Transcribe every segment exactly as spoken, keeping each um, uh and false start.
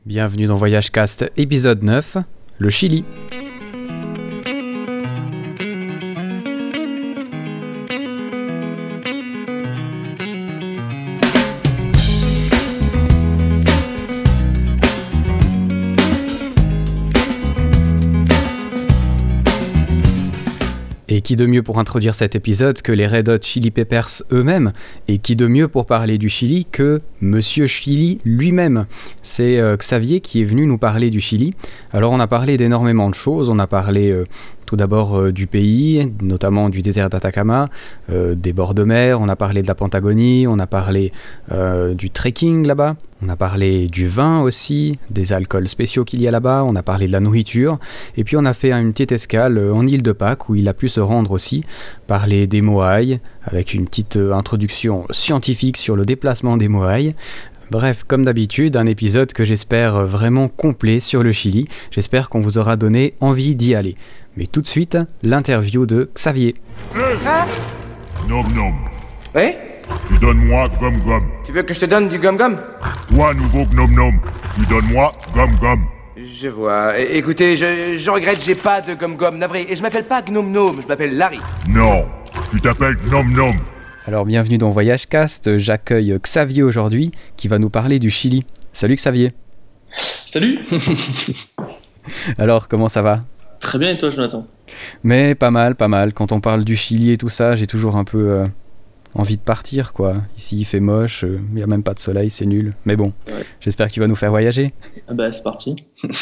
Bienvenue dans Voyage Cast épisode neuf, le Chili. Et qui de mieux pour introduire cet épisode que les Red Hot Chili Peppers eux-mêmes, et qui de mieux pour parler du Chili que Monsieur Chili lui-même. C'est euh, Xavier qui est venu nous parler du Chili. Alors on a parlé d'énormément de choses, on a parlé euh, tout d'abord euh, du pays, notamment du désert d'Atacama, euh, des bords de mer, on a parlé de la Patagonie, on a parlé euh, du trekking là-bas. On a parlé du vin aussi, des alcools spéciaux qu'il y a là-bas, on a parlé de la nourriture, et puis on a fait une petite escale en île de Pâques où il a pu se rendre aussi, parler des Moaïs, avec une petite introduction scientifique sur le déplacement des Moaïs. Bref, comme d'habitude, un épisode que j'espère vraiment complet sur le Chili. J'espère qu'on vous aura donné envie d'y aller. Mais tout de suite, l'interview de Xavier. Hein? Nom nom. Oui? Tu donnes-moi Gum Gum. Tu veux que je te donne du gum-gum? Toi, nouveau Gnome Nom. Tu donnes-moi Gum Gum. Je vois. É- écoutez, je, je regrette, j'ai pas de gum-gum, navré. Et je m'appelle pas Gnome Gnome, je m'appelle Larry. Non. Tu t'appelles Gnome Nom. Alors bienvenue dans Voyage Cast, j'accueille Xavier aujourd'hui qui va nous parler du Chili. Salut Xavier. Salut. Alors comment ça va? Très bien, et toi, Jonathan? Mais pas mal, pas mal. Quand on parle du Chili et tout ça, j'ai toujours un peu euh, envie de partir, quoi. Ici, il fait moche, il euh, n'y a même pas de soleil, c'est nul. Mais bon, Ouais. j'espère que tu vas nous faire voyager. Ah bah, c'est parti.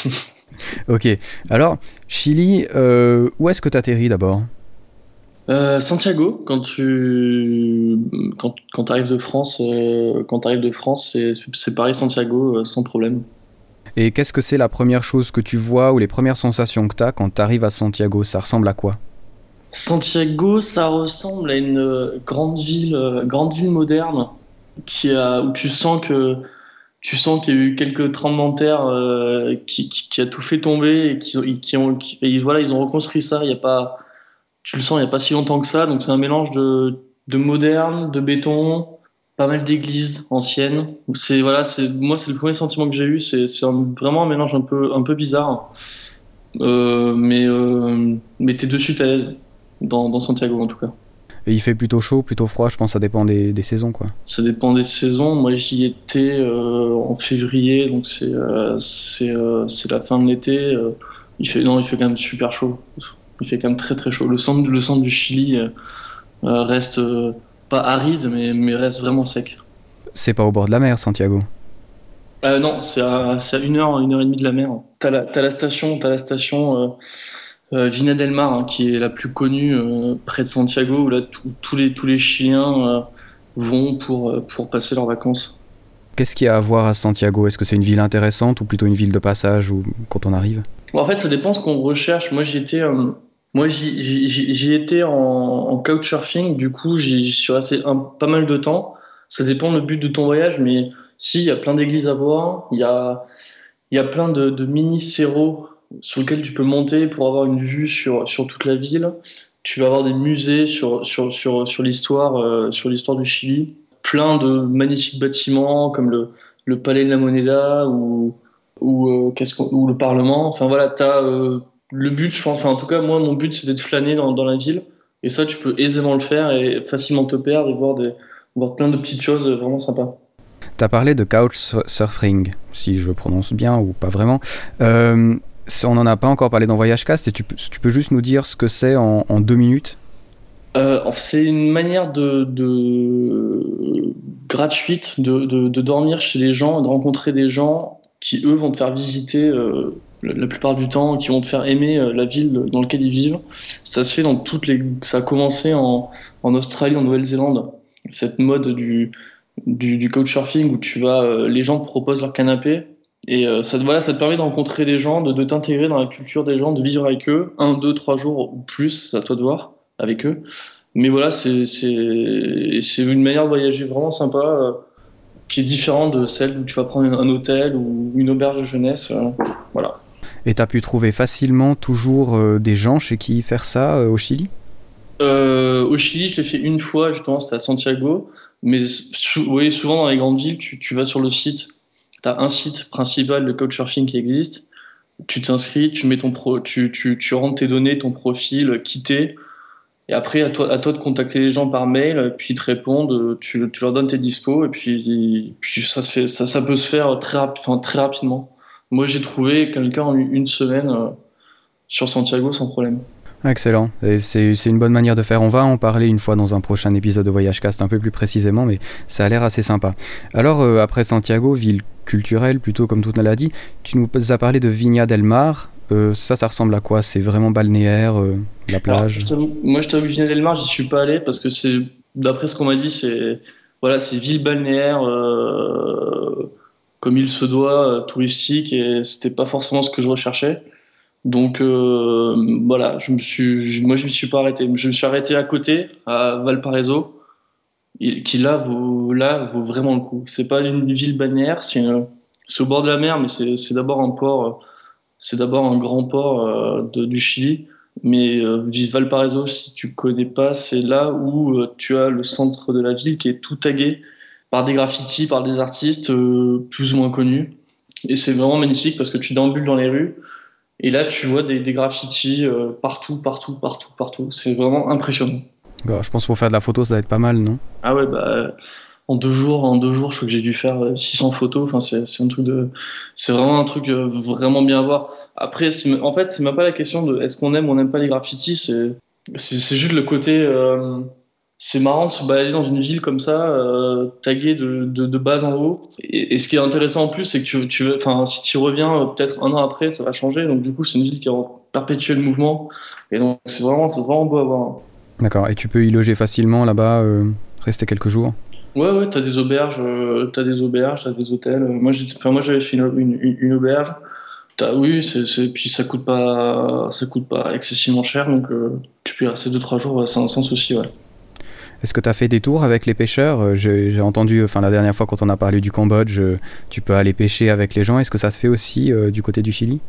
Ok, alors, Chili, euh, où est-ce que tu atterris d'abord? Euh, Santiago, quand tu quand, quand t'arrives de France, euh, quand t'arrives de France, c'est, c'est pareil, Santiago, euh, sans problème. Et qu'est-ce que c'est la première chose que tu vois ou les premières sensations que tu as quand tu arrives à Santiago? Ça ressemble à quoi? Santiago, ça ressemble à une euh, grande ville, euh, grande ville moderne, qui a, où tu sens que tu sens qu'il y a eu quelques tremblements de terre euh, qui, qui, qui a tout fait tomber et qui, ont- qui ont qui- et voilà, ils ont reconstruit ça. Il y a pas, tu le sens, il y a pas si longtemps que ça. Donc c'est un mélange de de moderne, de béton, pas mal d'églises anciennes. C'est voilà, c'est moi c'est le premier sentiment que j'ai eu. C'est c'est un- vraiment un mélange un peu un peu bizarre. Euh, mais euh, mais t'es dessus à l'aise dans dans Santiago en tout cas. Et il fait plutôt chaud, plutôt froid, je pense que ça dépend des, des saisons, quoi. Ça dépend des saisons. Moi, j'y étais euh, en février, donc c'est euh, c'est euh, c'est la fin de l'été. Euh, il fait non, il fait quand même super chaud. Il fait quand même très très chaud. Le centre le centre du Chili euh, euh, reste euh, pas aride, mais mais reste vraiment sec. C'est pas au bord de la mer, Santiago. Euh, non, c'est à c'est à une heure une heure et demie de la mer. T'as la t'as la station t'as la station euh, euh, Vina del Mar, hein, qui est la plus connue euh, près de Santiago, où là tous tous les tous les Chiliens euh, vont pour euh, pour passer leurs vacances. Qu'est-ce qu'il y a à voir à Santiago? Est-ce que c'est une ville intéressante ou plutôt une ville de passage ou quand on arrive? Bon, en fait, ça dépend ce qu'on recherche. Moi, j'y étais, euh, moi, j'y, j'y, j'y- j'y étais en, en couchsurfing. Du coup, j'y j'y suis resté un, pas mal de temps. Ça dépend le but de ton voyage, mais si, il y a plein d'églises à voir. Il y a, il y a plein de, de mini-cerros sur lesquels tu peux monter pour avoir une vue sur, sur toute la ville. Tu vas avoir des musées sur, sur, sur, sur l'histoire, euh, sur l'histoire du Chili. Plein de magnifiques bâtiments comme le, le Palais de la Moneda ou ou euh, qu'est-ce qu'on- ou le Parlement. Enfin voilà, t'as euh, le but, je pense. Enfin en tout cas, moi, mon but, c'était de flâner dans, dans la ville. Et ça, tu peux aisément le faire et facilement te perdre et voir des voir plein de petites choses vraiment sympas. T'as parlé de couchsurfing, si je prononce bien ou pas vraiment. Euh, c'est- on n'en a pas encore parlé dans Voyage Cast, et tu, peux- tu peux juste nous dire ce que c'est en, en deux minutes? Euh, c'est une manière de, de gratuite de, de, de dormir chez les gens, de rencontrer des gens qui eux vont te faire visiter euh, la, la plupart du temps, qui vont te faire aimer euh, la ville dans laquelle ils vivent. Ça se fait dans toutes les, ça a commencé en, en Australie, en Nouvelle-Zélande. Cette mode du, du, du couchsurfing où tu vas, euh, les gens te proposent leur canapé. Et euh, ça, te- voilà, ça te permet de rencontrer des gens, de, de t'intégrer dans la culture des gens, de vivre avec eux, un, deux, trois jours ou plus, c'est à toi de voir avec eux. Mais voilà, c'est c'est c'est une manière de voyager vraiment sympa, euh, qui est différente de celle où tu vas prendre un hôtel ou une auberge de jeunesse. euh, voilà. Et t'as pu trouver facilement toujours euh, des gens chez qui faire ça euh, au Chili? Euh, au Chili, je l'ai fait une fois, justement, c'était à Santiago. Mais sou- oui, souvent dans les grandes villes, tu, tu vas sur le site. tu as un site principal de Couchsurfing qui existe. Tu t'inscris, tu mets ton pro, tu, tu, tu rentres tes données, ton profil, qui t'es, et après à toi, à toi de contacter les gens par mail, puis ils te répondent, tu, tu leur donnes tes dispos, et puis, puis ça, se fait, ça, ça peut se faire très, rapi- enfin, très rapidement. Moi j'ai trouvé quelqu'un en une semaine euh, sur Santiago sans problème. Excellent, et c'est, c'est une bonne manière de faire. On va en parler une fois dans un prochain épisode de Voyage Cast un peu plus précisément, mais ça a l'air assez sympa. Alors euh, après Santiago, ville culturelle plutôt comme tout l'a dit, tu nous as parlé de Viña del Mar. Euh, ça, ça ressemble à quoi? C'est vraiment balnéaire, euh, la Alors, plage? je t'avoue- moi je t'avoue que Viña del Mar, j'y suis pas allé parce que c'est, d'après ce qu'on m'a dit, c'est voilà, c'est ville balnéaire euh, comme il se doit, euh, touristique, et c'était pas forcément ce que je recherchais. Donc euh, voilà, je me suis, je- moi je m'y suis pas arrêté. Je me suis arrêté à côté, à Valparaiso, et- qui là vaut, là vaut vraiment le coup. C'est pas une ville balnéaire, c'est une- c'est au bord de la mer, mais c'est c'est d'abord un port, euh, c'est d'abord un grand port euh, de- du Chili. Mais euh, Valparaiso, si tu connais pas, c'est là où euh, tu as le centre de la ville qui est tout tagué par des graffitis, par des artistes euh, plus ou moins connus. Et c'est vraiment magnifique parce que tu déambules dans les rues. Et là, tu vois des, des graffitis euh, partout, partout, partout, partout. C'est vraiment impressionnant. Bah, je pense que pour faire de la photo, ça doit être pas mal, non? Ah ouais, bah, euh, en deux jours, en deux jours, je crois que j'ai dû faire euh, six cents photos. Enfin, c'est, c'est un truc de, c'est vraiment un truc euh, vraiment bien à voir. Après, c'est- en fait, c'est même pas la question de est-ce qu'on aime ou on n'aime pas les graffitis. C'est, c'est, c'est juste le côté. euh, c'est marrant de se balader dans une ville comme ça, euh, taguée de, de, de bas en haut. Et, et ce qui est intéressant en plus, c'est que tu, tu, veux- enfin, si tu y reviens euh, peut-être un an après, ça va changer. Donc du coup, c'est une ville qui est en perpétuel mouvement. Et donc c'est vraiment, c'est vraiment beau à voir. D'accord, et tu peux y loger facilement là-bas, euh, rester quelques jours? Ouais, ouais, t'as des auberges, euh, t'as des auberges, t'as des hôtels. Euh, Moi, j'ai, enfin, moi, j'avais fait une, une, une- une auberge. T'as, oui, c'est, c'est, puis ça coûte pas, ça coûte pas excessivement cher, donc euh, tu peux y rester deux trois jours ouais, sans, sans souci, ouais. Est-ce que tu as fait des tours avec les pêcheurs? Euh, J'ai, j'ai entendu, enfin la dernière fois quand on a parlé du Cambodge, euh, tu peux aller pêcher avec les gens. Est-ce que ça se fait aussi euh, du côté du Chili?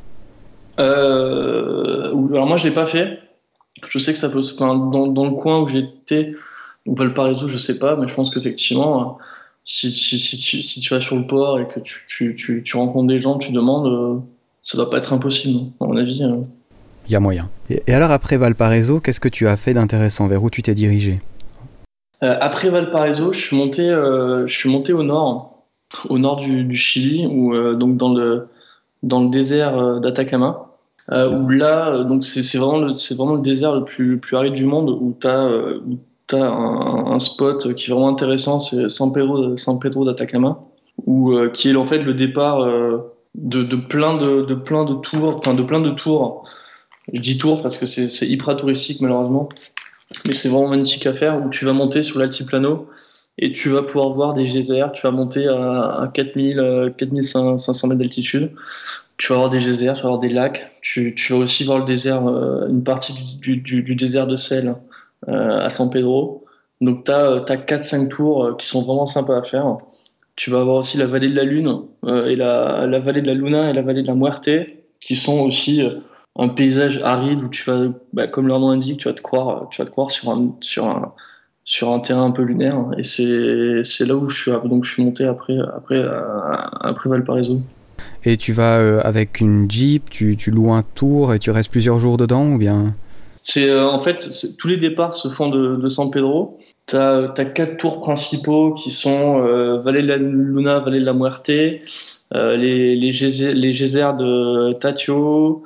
Euh, ou- alors moi, je l'ai pas fait. Je sais que ça peut, se- enfin, dans, dans le coin où j'étais, donc Valparaiso, je sais pas, mais je pense qu'effectivement, euh, si, si, si, tu, si tu vas sur le port et que tu, tu, tu, tu rencontres des gens, tu demandes, euh, ça doit pas être impossible, à mon avis. euh. Il y a moyen. Et, et alors après Valparaiso, qu'est-ce que tu as fait d'intéressant? Vers où tu t'es dirigé? Euh, après Valparaiso, je suis monté, euh, je suis monté au nord, au nord du, du Chili, où, euh, donc dans le, dans le désert euh, d'Atacama, euh, où là, euh, donc c'est c'est vraiment le, c'est vraiment le désert le plus, le plus aride du monde, où tu as, où t'as un, un spot qui est vraiment intéressant, c'est San Pedro, San Pedro d'Atacama, où, euh, qui est en fait le départ euh, de, de plein de, de plein de tours, enfin de plein de tours. Je dis tours parce que c'est c'est hyper touristique malheureusement, mais c'est vraiment magnifique à faire, où tu vas monter sur l'altiplano et tu vas pouvoir voir des geysers, tu vas monter à, à quatre mille, euh, quatre mille cinq cents mètres d'altitude, tu vas avoir des geysers, tu vas avoir des lacs, tu, tu vas aussi voir le désert, euh, une partie du, du, du, du désert de sel euh, à San Pedro. Donc tu as, quatre cinq tours euh, qui sont vraiment sympas à faire. Tu vas avoir aussi la vallée de la Lune euh, et la, la vallée de la Luna et la vallée de la Muerte, qui sont aussi euh, un paysage aride où tu vas, bah, comme leur nom l'indique, tu vas te croire, tu vas te croire sur un, sur un, sur un terrain un peu lunaire. Et c'est, c'est là où je suis, donc je suis monté après, après, euh, après Valparaiso. Et tu vas euh, avec une Jeep, tu, tu loues un tour et tu restes plusieurs jours dedans ou bien? C'est euh, en fait c'est- tous les départs se font de, de San Pedro. T'as t'as quatre tours principaux qui sont euh, Vallée de la Luna, Vallée de la Muerte, euh, les les, geysers, les geysers de Tatio,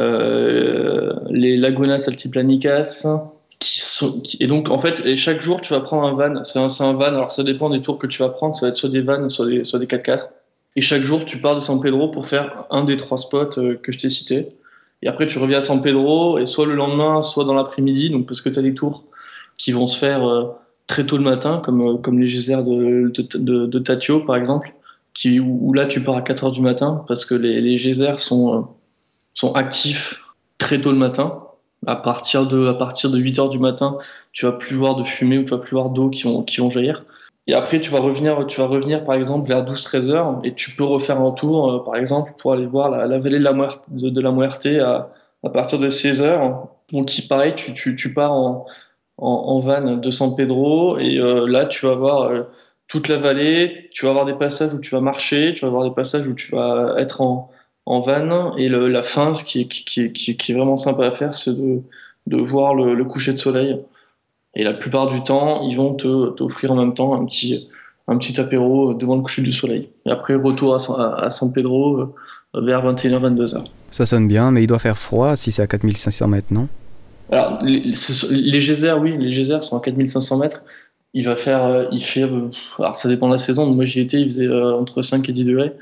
euh, les Lagunas Altiplanicas, qui sont qui- et donc en fait et chaque jour tu vas prendre un van. C'est un c'est un van. Alors ça dépend des tours que tu vas prendre. Ça va être soit des vannes, soit des soit des quatre-quatre. Et chaque jour tu pars de San Pedro pour faire un des trois spots euh, que je t'ai cités. Et après, tu reviens à San Pedro, et soit le lendemain, soit dans l'après-midi, donc parce que tu as des tours qui vont se faire euh, très tôt le matin, comme, euh, comme les geysers de, de, de, de Tatio, par exemple, qui, où, où là, tu pars à quatre heures du matin, parce que les, les geysers sont, euh, sont actifs très tôt le matin. À partir de, à partir de huit heures du matin, tu vas plus voir de fumée ou tu vas plus voir d'eau qui vont, qui vont jaillir. Et après, tu vas revenir, tu vas revenir par exemple vers douze treize heures et tu peux refaire un tour, euh, par exemple, pour aller voir la, la vallée de la Muerte, de, de la Muerte à, à partir de seize heures. Donc, qui, pareil, tu, tu, tu pars en, en, en van de San Pedro et euh, là, tu vas voir euh, toute la vallée. Tu vas avoir des passages où tu vas marcher, tu vas avoir des passages où tu vas être en, en van. Et le- la fin, ce qui est, qui, qui, qui- qui est vraiment sympa à faire, c'est de, de voir le, le coucher de soleil. Et la plupart du temps, ils vont te, t'offrir en même temps un petit, un petit apéro devant le coucher du soleil. Et après, retour à, San- à, à San Pedro euh, vers vingt et une heures, vingt-deux heures. Ça sonne bien, mais il doit faire froid si c'est à quatre mille cinq cents mètres, non? Alors, les, c'est- les geysers, oui, les geysers sont à quatre mille cinq cents mètres. Il va faire, euh, il fait, euh, alors ça dépend de la saison. Moi, j'y étais, il faisait euh, entre cinq et dix degrés.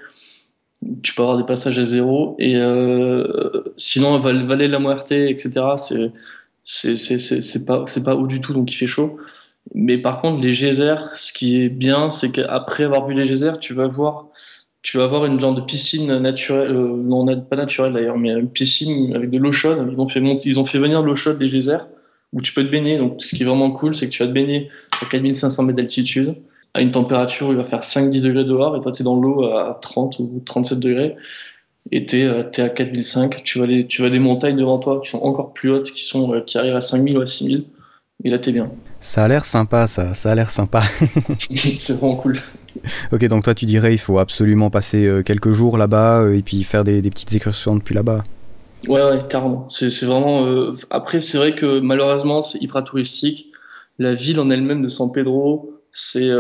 Tu peux avoir des passages à zéro. Et euh, sinon, Val- Valle de la Muerte, et cetera, c'est, c'est, c'est, c'est, c'est pas, c'est pas haut du tout, donc il fait chaud. Mais par contre, les geysers, ce qui est bien, c'est qu'après avoir vu les geysers, tu vas voir, tu vas voir une genre de piscine naturelle, euh, non, na- pas naturelle d'ailleurs, mais une piscine avec de l'eau chaude. Ils ont fait monter, ils ont fait venir de l'eau chaude des geysers où tu peux te baigner. Donc, ce qui est vraiment cool, c'est que tu vas te baigner à quatre mille cinq cents mètres d'altitude, à une température où il va faire cinq dix degrés dehors, et toi, tu es dans l'eau à trente ou trente-sept degrés, et tu es, à quatre mille cinq. Tu vas les, tu as des montagnes devant toi qui sont encore plus hautes, qui sont, euh, qui arrivent à cinq mille ou à six mille, et là, t'es bien. Ça a l'air sympa, ça, ça a l'air sympa. C'est vraiment cool. Ok, donc toi tu dirais il faut absolument passer euh, quelques jours là-bas euh, et puis faire des, des petites excursions depuis là-bas. Ouais, ouais, carrément. C'est, c'est vraiment. euh, Après, c'est vrai que malheureusement, c'est hyper touristique. La ville en elle-même de San Pedro, c'est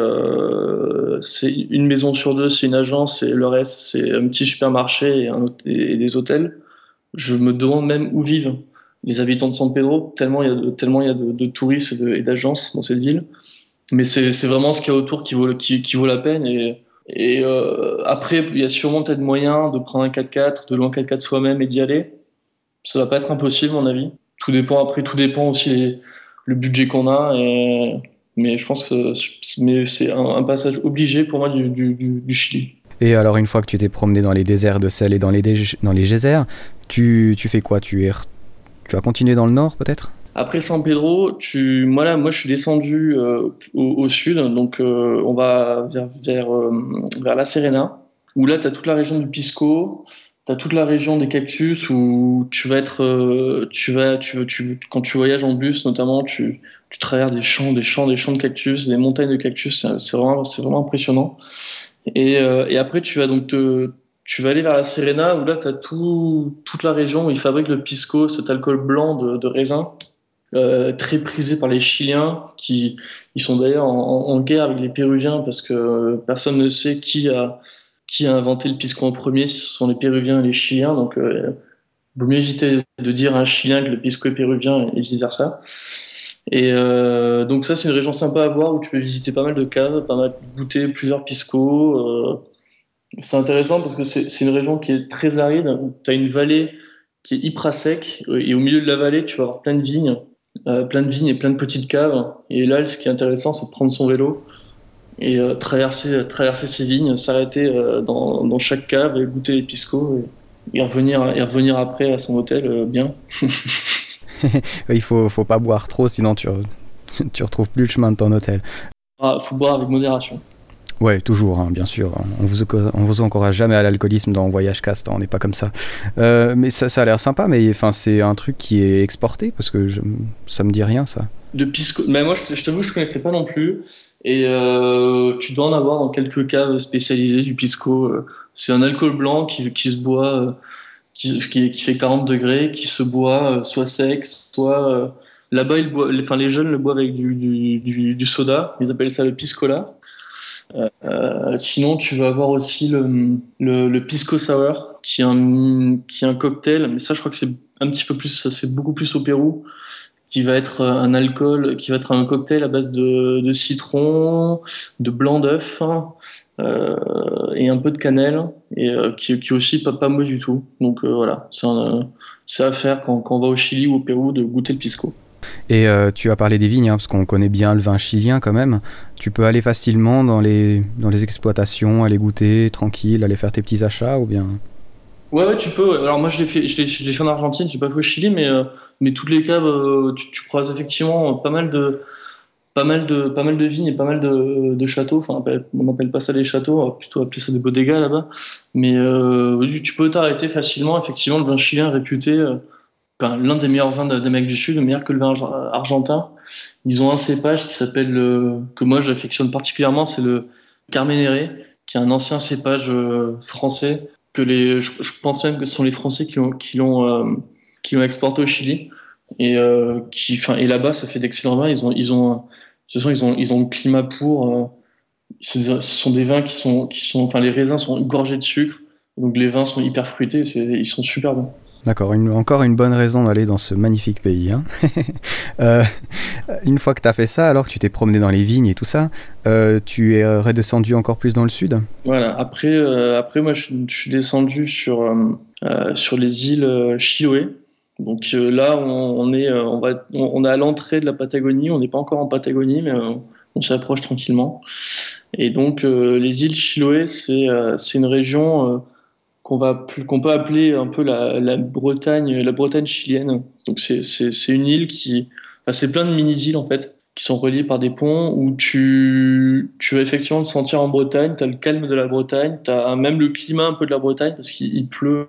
euh, c'est une maison sur deux, c'est une agence, et le reste, c'est un petit supermarché et, un hôte- et des hôtels. Je me demande même où vivent les habitants de San Pedro, tellement il y a de, tellement il y a de, de touristes et de- et d'agences dans cette ville. Mais c'est c'est vraiment ce qu'il y a autour qui vaut, le- qui, qui vaut la peine. Et, et euh, après, il y a sûrement peut-être moyen de prendre un quatre-quatre, de louer un quatre-quatre soi-même et d'y aller. Ça va pas être impossible, à mon avis. Tout dépend, après, tout dépend aussi les- le budget qu'on a. Et, mais je pense que mais c'est un, un passage obligé pour moi du, du, du, du Chili. Et alors une fois que tu t'es promené dans les déserts de sel et dans les, dé- dans les geysers, tu, tu fais quoi? Tu es, re- tu vas continuer dans le nord peut-être? Après San Pedro, tu, moi là, moi je suis descendu euh, au, au sud, donc euh, on va vers, vers, euh, vers La Serena, où là tu as toute la région du Pisco, tu as toute la région des cactus, où tu vas être, euh, tu vas, tu, tu, quand tu voyages en bus notamment, tu, tu traverses des champs, des champs, des champs de cactus, des montagnes de cactus, c'est c'est vraiment, c'est vraiment impressionnant. Et, euh, et après tu vas donc te, tu vas aller vers La Serena, où là tu as tout, toute la région où ils fabriquent le Pisco, cet alcool blanc de, de raisin euh, très prisé par les Chiliens, qui ils sont d'ailleurs en, en- en guerre avec les Péruviens parce que personne ne sait qui a, qui a inventé le pisco en premier, ce sont les Péruviens et les Chiliens, donc euh, vaut mieux éviter de dire à un Chilien que le pisco est péruvien et vice-versa. Et euh, donc ça, c'est une région sympa à voir où tu peux visiter pas mal de caves, pas mal goûter plusieurs piscos. euh. C'est intéressant parce que c'est c'est une région qui est très aride, où tu as une vallée qui est hyper sec, et au milieu de la vallée, tu vas avoir plein de vignes euh, plein de vignes et plein de petites caves. Et là, ce qui est intéressant, c'est de prendre son vélo et euh, traverser, traverser ces vignes, s'arrêter euh, dans, dans chaque cave et goûter les piscos et, et revenir, et revenir après à son hôtel euh, bien. Il faut, faut pas boire trop sinon tu, re- tu retrouves plus le chemin de ton hôtel. Ah, faut boire avec modération. Ouais, toujours, hein, bien sûr. On vous, enco- on vous encourage jamais à l'alcoolisme dans Voyage Cast, hein, on n'est pas comme ça. Euh, mais ça, ça a l'air sympa, mais enfin, c'est un truc qui est exporté parce que je, ça me dit rien ça. De pisco, mais moi, je, je t'avoue, je connaissais pas non plus. Et euh, tu dois en avoir dans quelques caves spécialisées du pisco. Euh, C'est un alcool blanc qui, qui se boit, euh, qui, qui, qui fait quarante degrés, qui se boit euh, soit sec, soit euh, là-bas, ils boivent, les, enfin, les jeunes le boivent avec du, du, du, du soda. Ils appellent ça le piscola. Euh, sinon, tu vas avoir aussi le, le, le pisco sour, qui est un, qui est un cocktail. Mais ça, je crois que c'est un petit peu plus, ça se fait beaucoup plus au Pérou, qui va être un alcool, qui va être un cocktail à base de, de citron, de blanc d'œuf euh, et un peu de cannelle, et euh, qui, qui est aussi pas, pas mauvais du tout. Donc euh, voilà, c'est un- c'est à faire quand, quand on va au Chili ou au Pérou de goûter le pisco. Et euh, tu as parlé des vignes, hein, parce qu'on connaît bien le vin chilien quand même. Tu peux aller facilement dans les, dans les exploitations, aller goûter tranquille, aller faire tes petits achats ou bien... Ouais, ouais, tu peux. Alors moi, je l'ai fait, je l'ai, je l'ai fait en Argentine, j'ai pas fait au Chili, mais, euh, mais toutes les caves, euh, tu, tu croises effectivement pas mal de, pas mal de, pas mal de vignes et pas mal de, de châteaux. Enfin, on appelle- on n'appelle pas ça des châteaux, on va plutôt appeler ça des bodegas là-bas. Mais euh, oui, tu peux t'arrêter facilement. Effectivement, le vin chilien est réputé, euh, enfin, l'un des meilleurs vins de- d'Amérique du Sud, meilleur que le vin arg- argentin. Ils ont un cépage qui s'appelle, euh, que moi j'affectionne particulièrement, c'est le Carmenere, qui est un ancien cépage euh, français, que les, je, je pense même que ce sont les Français qui l'ont, qui l'ont, euh, qui l'ont exporté au Chili. Et, euh, qui, enfin, et là-bas, ça fait d'excellents vins. Ils ont, ils ont, de toute façon, ils ont, ils ont le climat pour. Euh, ce sont des vins qui sont, qui sont, enfin, les raisins sont gorgés de sucre, donc les vins sont hyper fruités. C'est, ils sont super bons. D'accord, une, encore une bonne raison d'aller dans ce magnifique pays. Hein. euh, une fois que tu as fait ça, alors que tu t'es promené dans les vignes et tout ça, euh, tu es redescendu encore plus dans le sud? Voilà. Après, euh, après moi, je, je suis descendu sur, euh, euh, sur les îles euh, Chiloé. Donc euh, là, on, on est, euh, on va, on, on est à l'entrée de la Patagonie. On n'est pas encore en Patagonie, mais euh, on s'y approche tranquillement. Et donc, euh, les îles Chiloé, c'est, euh, c'est une région. Euh, qu'on va plus- qu'on peut appeler un peu la, la Bretagne, la Bretagne chilienne. Donc c'est c'est c'est une île qui, enfin c'est plein de mini-îles en fait qui sont reliées par des ponts où tu tu vas effectivement te sentir en Bretagne. T'as le calme de la Bretagne, t'as même le climat un peu de la Bretagne parce qu'il il pleut,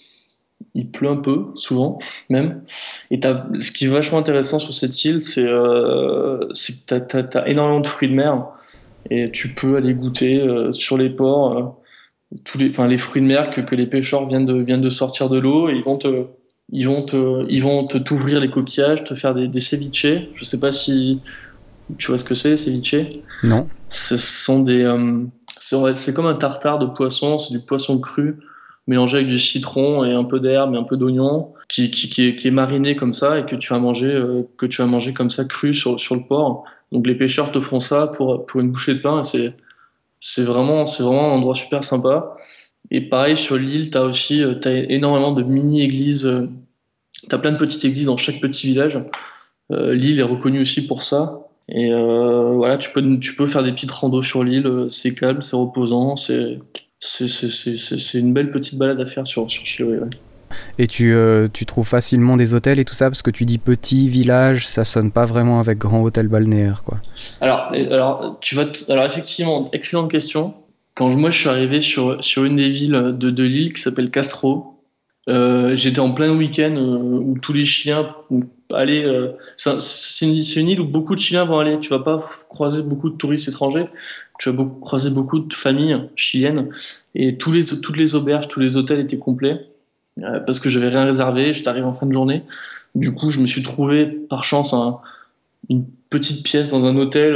il pleut un peu souvent même. Et t'as, ce qui est vachement intéressant sur cette île, c'est euh, c'est que t'as, t'as, t'as énormément de fruits de mer et tu peux aller goûter euh, sur les ports. Euh, tous les, enfin, les fruits de mer que, que les pêcheurs viennent de, viennent de sortir de l'eau et ils vont te, ils vont te, ils vont te t'ouvrir les coquillages, te faire des, des ceviches. Je sais pas si tu vois ce que c'est, ceviche. Non. Ce sont des, euh, c'est, ouais, c'est comme un tartare de poisson, c'est du poisson cru mélangé avec du citron et un peu d'herbe et un peu d'oignon qui, qui, qui, est, qui est mariné comme ça et que tu vas manger, euh, que tu vas manger comme ça cru sur, sur le port. Donc les pêcheurs te font ça pour, pour une bouchée de pain et c'est, c'est vraiment, c'est vraiment un endroit super sympa. Et pareil, sur l'île, t'as aussi, euh, t'as énormément de mini-églises. euh, T'as plein de petites églises dans chaque petit village. Euh, l'île est reconnue aussi pour ça. Et euh, voilà, tu peux, tu peux faire des petites randos sur l'île. euh, C'est calme, c'est reposant. C'est, c'est, c'est, c'est, c'est c'est une belle petite balade à faire sur, sur Chiloé. Ouais. Et tu, euh, tu trouves facilement des hôtels et tout ça, parce que tu dis petit village, ça sonne pas vraiment avec grand hôtel balnéaire, quoi. Alors, et- alors, tu vas t- alors effectivement, excellente question. Quand je- moi je suis arrivé sur, sur une des villes de, de l'île qui s'appelle Castro, euh, j'étais en plein week-end euh, où tous les Chiliens allaient. Euh, c'est un- c'est une, c'est une île où beaucoup de Chiliens vont aller. Tu vas pas croiser beaucoup de touristes étrangers. Tu vas beaucoup, croiser beaucoup de familles chiliennes. Et tous les, toutes les auberges, tous les hôtels étaient complets euh, parce que j'avais rien réservé. J'étais arrivé en fin de journée. Du coup, je me suis trouvé par chance un une petite pièce dans un hôtel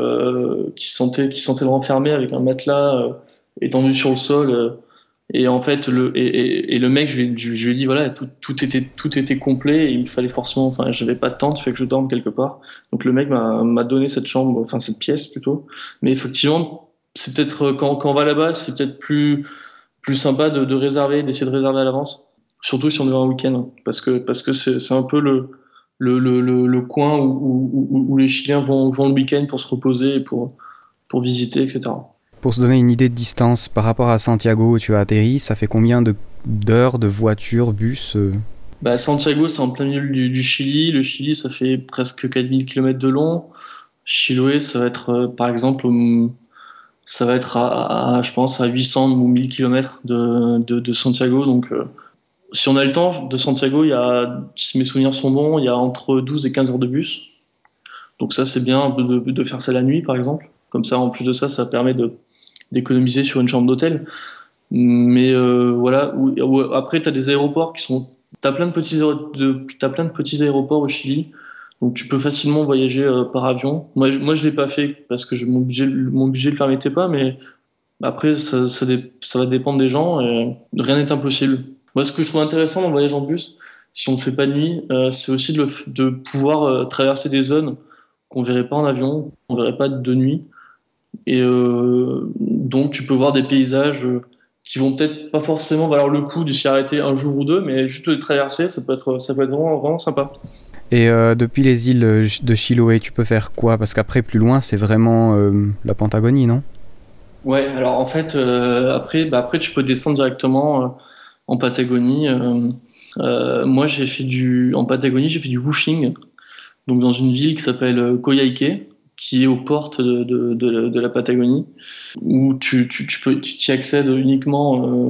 euh, qui sentait qui sentait le renfermer avec un matelas euh, étendu sur le sol euh, et en fait le et, et, et le mec je lui, je, je lui ai dit voilà tout, tout était tout était complet et il me fallait forcément enfin j'avais pas de tente, il fait que je dorme quelque part, donc le mec m'a m'a donné cette chambre, enfin cette pièce plutôt, mais effectivement c'est peut-être quand quand on va là-bas c'est peut-être plus plus sympa de, de réserver, d'essayer de réserver à l'avance, surtout si on est en week-end, hein, parce que parce que c'est c'est un peu le le, le, le, le coin où, où, où- où les Chiliens vont, vont le week-end pour se reposer et pour, pour visiter, et cetera. Pour se donner une idée de distance, par rapport à Santiago où tu as atterri, ça fait combien de, d'heures de voiture, bus euh Bah, Santiago, c'est en plein milieu du, du Chili. Le Chili, ça fait presque quatre mille kilomètres de long. Chiloé, ça va être, euh, par exemple, hum, ça va être à, à- je pense, à huit cents ou mille kilomètres de, de, de Santiago. Donc, euh, si on a le temps, de Santiago, il y a, si mes souvenirs sont bons, il y a entre douze et quinze heures de bus. Donc ça, c'est bien de, de faire ça la nuit, par exemple. Comme ça, en plus de ça, ça permet de, d'économiser sur une chambre d'hôtel. Mais euh, voilà, ou, ou- après, tu as des aéroports qui sont... Tu as plein de petits, aéro- de, t'as plein de petits aéroports au Chili, donc tu peux facinement voyager euh, par avion. Moi, je- moi je ne l'ai pas fait parce que je, mon budget mon budget ne le permettait pas, mais après, ça, ça, dé- ça va dépendre des gens, et rien n'est impossible. Moi, ce que je trouve intéressant dans le voyage en bus, si on ne le fait pas de nuit, euh, c'est aussi de, le f- de pouvoir euh, traverser des zones qu'on verrait pas en avion, qu'on verrait pas de nuit. Et euh, donc, tu peux voir des paysages euh, qui vont peut-être pas forcément valoir le coup de s'y arrêter un jour ou deux, mais juste les traverser, ça peut être, ça peut être vraiment, vraiment sympa. Et euh, depuis les îles euh, de Chiloé, tu peux faire quoi? Parce qu'après, plus loin, c'est vraiment euh, la Patagonie, non? Ouais, alors en fait, euh, après, bah après, tu peux descendre directement euh, en Patagonie. Euh, euh, moi, j'ai fait du, en Patagonie, j'ai fait du woofing, donc dans une ville qui s'appelle euh, Coyhaique, qui est aux portes de, de, de, de la Patagonie, où tu, tu, tu peux, tu t'y accèdes uniquement euh,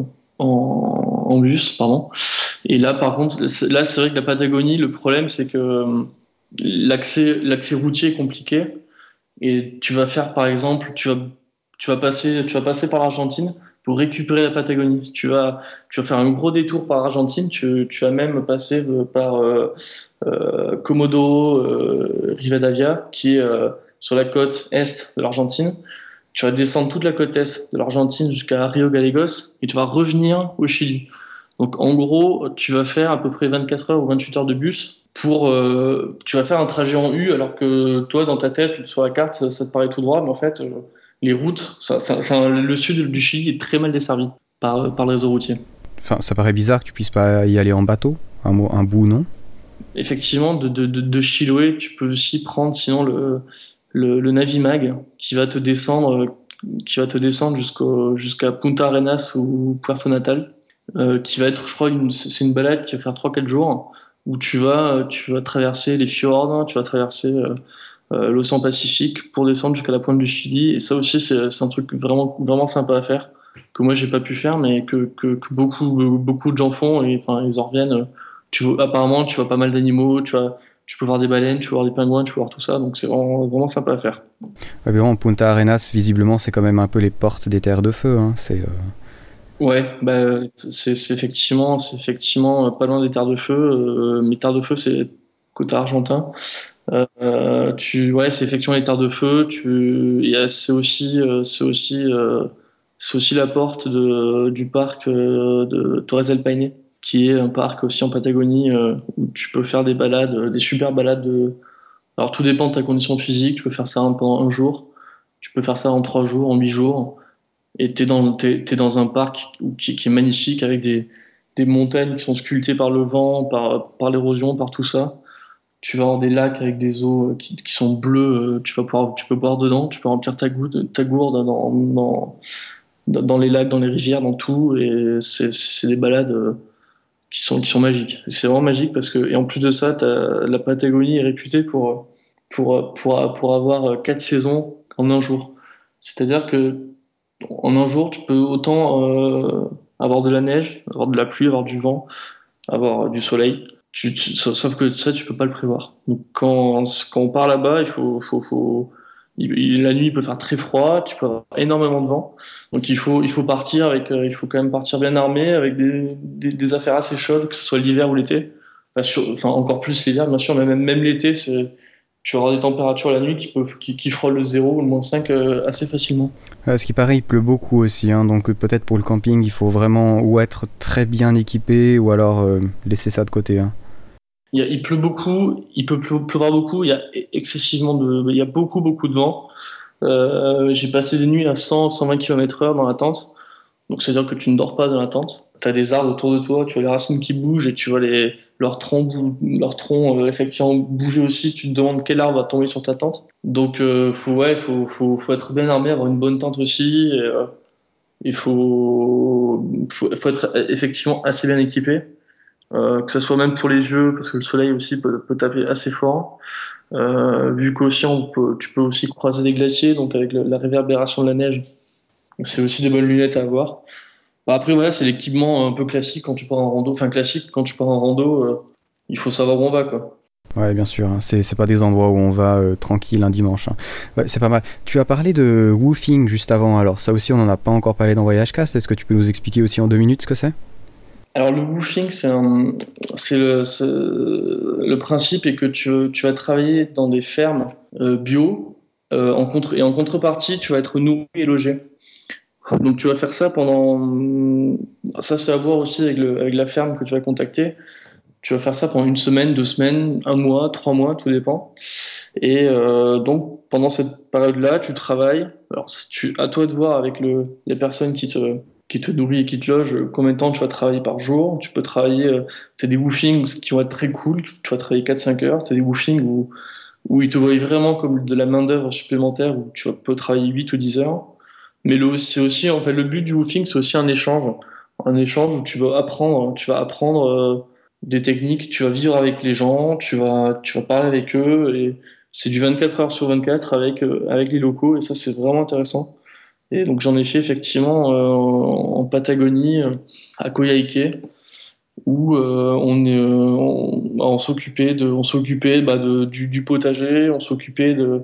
en, en bus, pardon. Et là, par contre, c'est- là, c'est vrai que la Patagonie, le problème, c'est que euh, l'accès, l'accès routier est compliqué. Et tu vas faire, par exemple, tu vas, tu vas passer, tu vas passer par l'Argentine pour récupérer la Patagonie. Tu vas, tu vas faire un gros détour par l'Argentine. Tu, tu vas même passer euh, par euh, euh, Komodo, euh, Rivadavia, qui est euh, sur la côte est de l'Argentine. Tu vas descendre toute la côte est de l'Argentine jusqu'à Rio Gallegos et tu vas revenir au Chili. Donc en gros, tu vas faire à peu près vingt-quatre heures ou vingt-huit heures de bus pour euh, tu vas faire un trajet en U alors que toi dans ta tête sur la carte ça, ça te paraît tout droit, mais en fait euh, les routes, ça, ça, enfin, le sud du Chili est très mal desservi par, par le réseau routier. Enfin, ça paraît bizarre que tu puisses pas y aller en bateau, un, mo- un bout, non? Effectivement, de, de, de, de Chiloé, tu peux aussi prendre sinon le, le, le Navimag qui va te descendre, qui va te descendre jusqu'au, jusqu'à Punta Arenas ou Puerto Natal, euh, qui va être, je crois, une, c'est une balade qui va faire trois quatre jours où tu vas, tu vas traverser les fjords, tu vas traverser euh, euh, l'océan Pacifique pour descendre jusqu'à la pointe du Chili. Et ça aussi, c'est, c'est un truc vraiment, vraiment sympa à faire que moi j'ai pas pu faire, mais que, que, que beaucoup, beaucoup de gens font et enfin ils en reviennent. Tu vois, apparemment, tu vois pas mal d'animaux, tu vois, tu peux voir des baleines, tu peux voir des pingouins, tu peux voir tout ça, donc c'est vraiment, vraiment sympa à faire. Ouais, mais bon, Punta Arenas, visiblement, c'est quand même un peu les portes des terres de feu. Hein. C'est, euh, Ouais, bah, c'est, c'est effectivement, c'est effectivement pas loin des terres de feu. Euh, mais terres de feu, c'est côté argentin. Euh, tu, ouais, c'est effectivement les terres de feu. Tu, il y a, c'est aussi, euh, c'est aussi, euh, c'est aussi la porte de, du parc euh, de Torres del Paine, qui est un parc aussi en Patagonie euh, où tu peux faire des balades, euh, des super balades. De, alors tout dépend de ta condition physique. Tu peux faire ça pendant un jour, tu peux faire ça en trois jours, en huit jours. Et t'es dans, t'es, t'es dans un parc qui, qui est magnifique avec des, des montagnes qui sont sculptées par le vent, par, par l'érosion, par tout ça. Tu vas avoir des lacs avec des eaux qui, qui sont bleues. euh, Tu vas pouvoir, tu peux boire dedans, tu peux remplir ta gourde, ta gourde dans, dans, dans dans les lacs, dans les rivières, dans tout. Et c'est, c'est des balades euh, qui sont, qui sont magiques. Et c'est vraiment magique parce que, et en plus de ça, t'as, la Patagonie est réputée pour, pour, pour, pour avoir quatre saisons en un jour. C'est-à-dire que en un jour, tu peux autant euh, avoir de la neige, avoir de la pluie, avoir du vent, avoir du soleil. Tu, tu- sauf que ça, tu peux pas le prévoir. Donc quand, quand on part là-bas, il faut, faut, faut, il- il- la nuit il peut faire très froid, tu peux avoir énormément de vent. Donc il faut, il faut partir avec, euh, il faut quand même partir bien armé, avec des, des, des affaires assez chaudes, que ce soit l'hiver ou l'été. Enfin, sur- enfin, encore plus l'hiver, bien sûr, mais même, même l'été, c'est, tu auras des températures la nuit qui peuvent, qui, qui frôlent le zéro ou le moins cinq euh, assez facilement. euh, ce qui paraît, il pleut beaucoup aussi. Hein, donc euh, peut-être pour le camping, il faut vraiment ou être très bien équipé ou alors euh, laisser ça de côté. Hein. Il, y a- il pleut beaucoup, il peut pleu- pleuvoir beaucoup, il y a excessivement de, il y a beaucoup, beaucoup de vent. Euh, j'ai passé des nuits à cent, cent vingt kilomètres heure dans la tente. Donc, c'est-à-dire que tu ne dors pas dans la tente. Tu as des arbres autour de toi, tu vois les racines qui bougent et tu vois les, leurs troncs, bou- leurs troncs euh, effectivement bouger aussi. Tu te demandes quel arbre va tomber sur ta tente. Donc, euh, faut, ouais, faut, faut, faut être bien armé, avoir une bonne tente aussi. Et, euh, il faut, faut, faut être effectivement assez bien équipé. Euh, que ce soit même pour les yeux, parce que le soleil aussi peut, peut taper assez fort. Euh, vu qu'aussi on peut, tu peux aussi croiser des glaciers, donc avec le- la réverbération de la neige, c'est aussi des bonnes lunettes à avoir. Bah après voilà, c'est l'équipement un peu classique quand tu pars en rando, enfin classique quand tu pars en rando, euh, il faut savoir où on va quoi. Ouais, bien sûr. Hein. C'est, c'est pas des endroits où on va euh, tranquille un dimanche. Hein. Ouais, c'est pas mal. Tu as parlé de woofing juste avant. Alors ça aussi, on n'en a pas encore parlé dans Voyage Cast. Est-ce que tu peux nous expliquer aussi en deux minutes ce que c'est? Alors le woofing, c'est un, c'est le, c'est- le principe est que tu, tu vas travailler dans des fermes euh, bio euh, en contre, et en contrepartie, tu vas être nourri et logé. Donc tu vas faire ça pendant... Ça c'est à voir aussi avec, le, avec la ferme que tu vas contacter. Tu vas faire ça pendant une semaine, deux semaines, un mois, trois mois, tout dépend. Et euh, donc pendant cette période-là, tu travailles. Alors c'est tu, à toi de voir avec le, les personnes qui te, qui te nourrissent et qui te logent combien de temps tu vas travailler par jour. Tu peux travailler... Euh, tu as des woofings qui vont être très cool. Tu, tu vas travailler quatre cinq heures. Tu as des woofings où, où ils te voient vraiment comme de la main-d'œuvre supplémentaire où tu vas- peux travailler huit ou dix heures. Mais le, c'est aussi, en fait, le but du woofing, c'est aussi un échange. Un échange où tu vas apprendre, tu vas apprendre euh, des techniques, tu vas vivre avec les gens, tu vas, tu vas parler avec eux, et c'est du vingt-quatre heures sur vingt-quatre avec, euh, avec les locaux, et ça, c'est vraiment intéressant. Et donc, j'en ai fait effectivement euh, en Patagonie, euh, à Coyhaique, où euh, on, est, euh, on, on s'occupait de, on s'occupait bah, de, du, du potager, on s'occupait de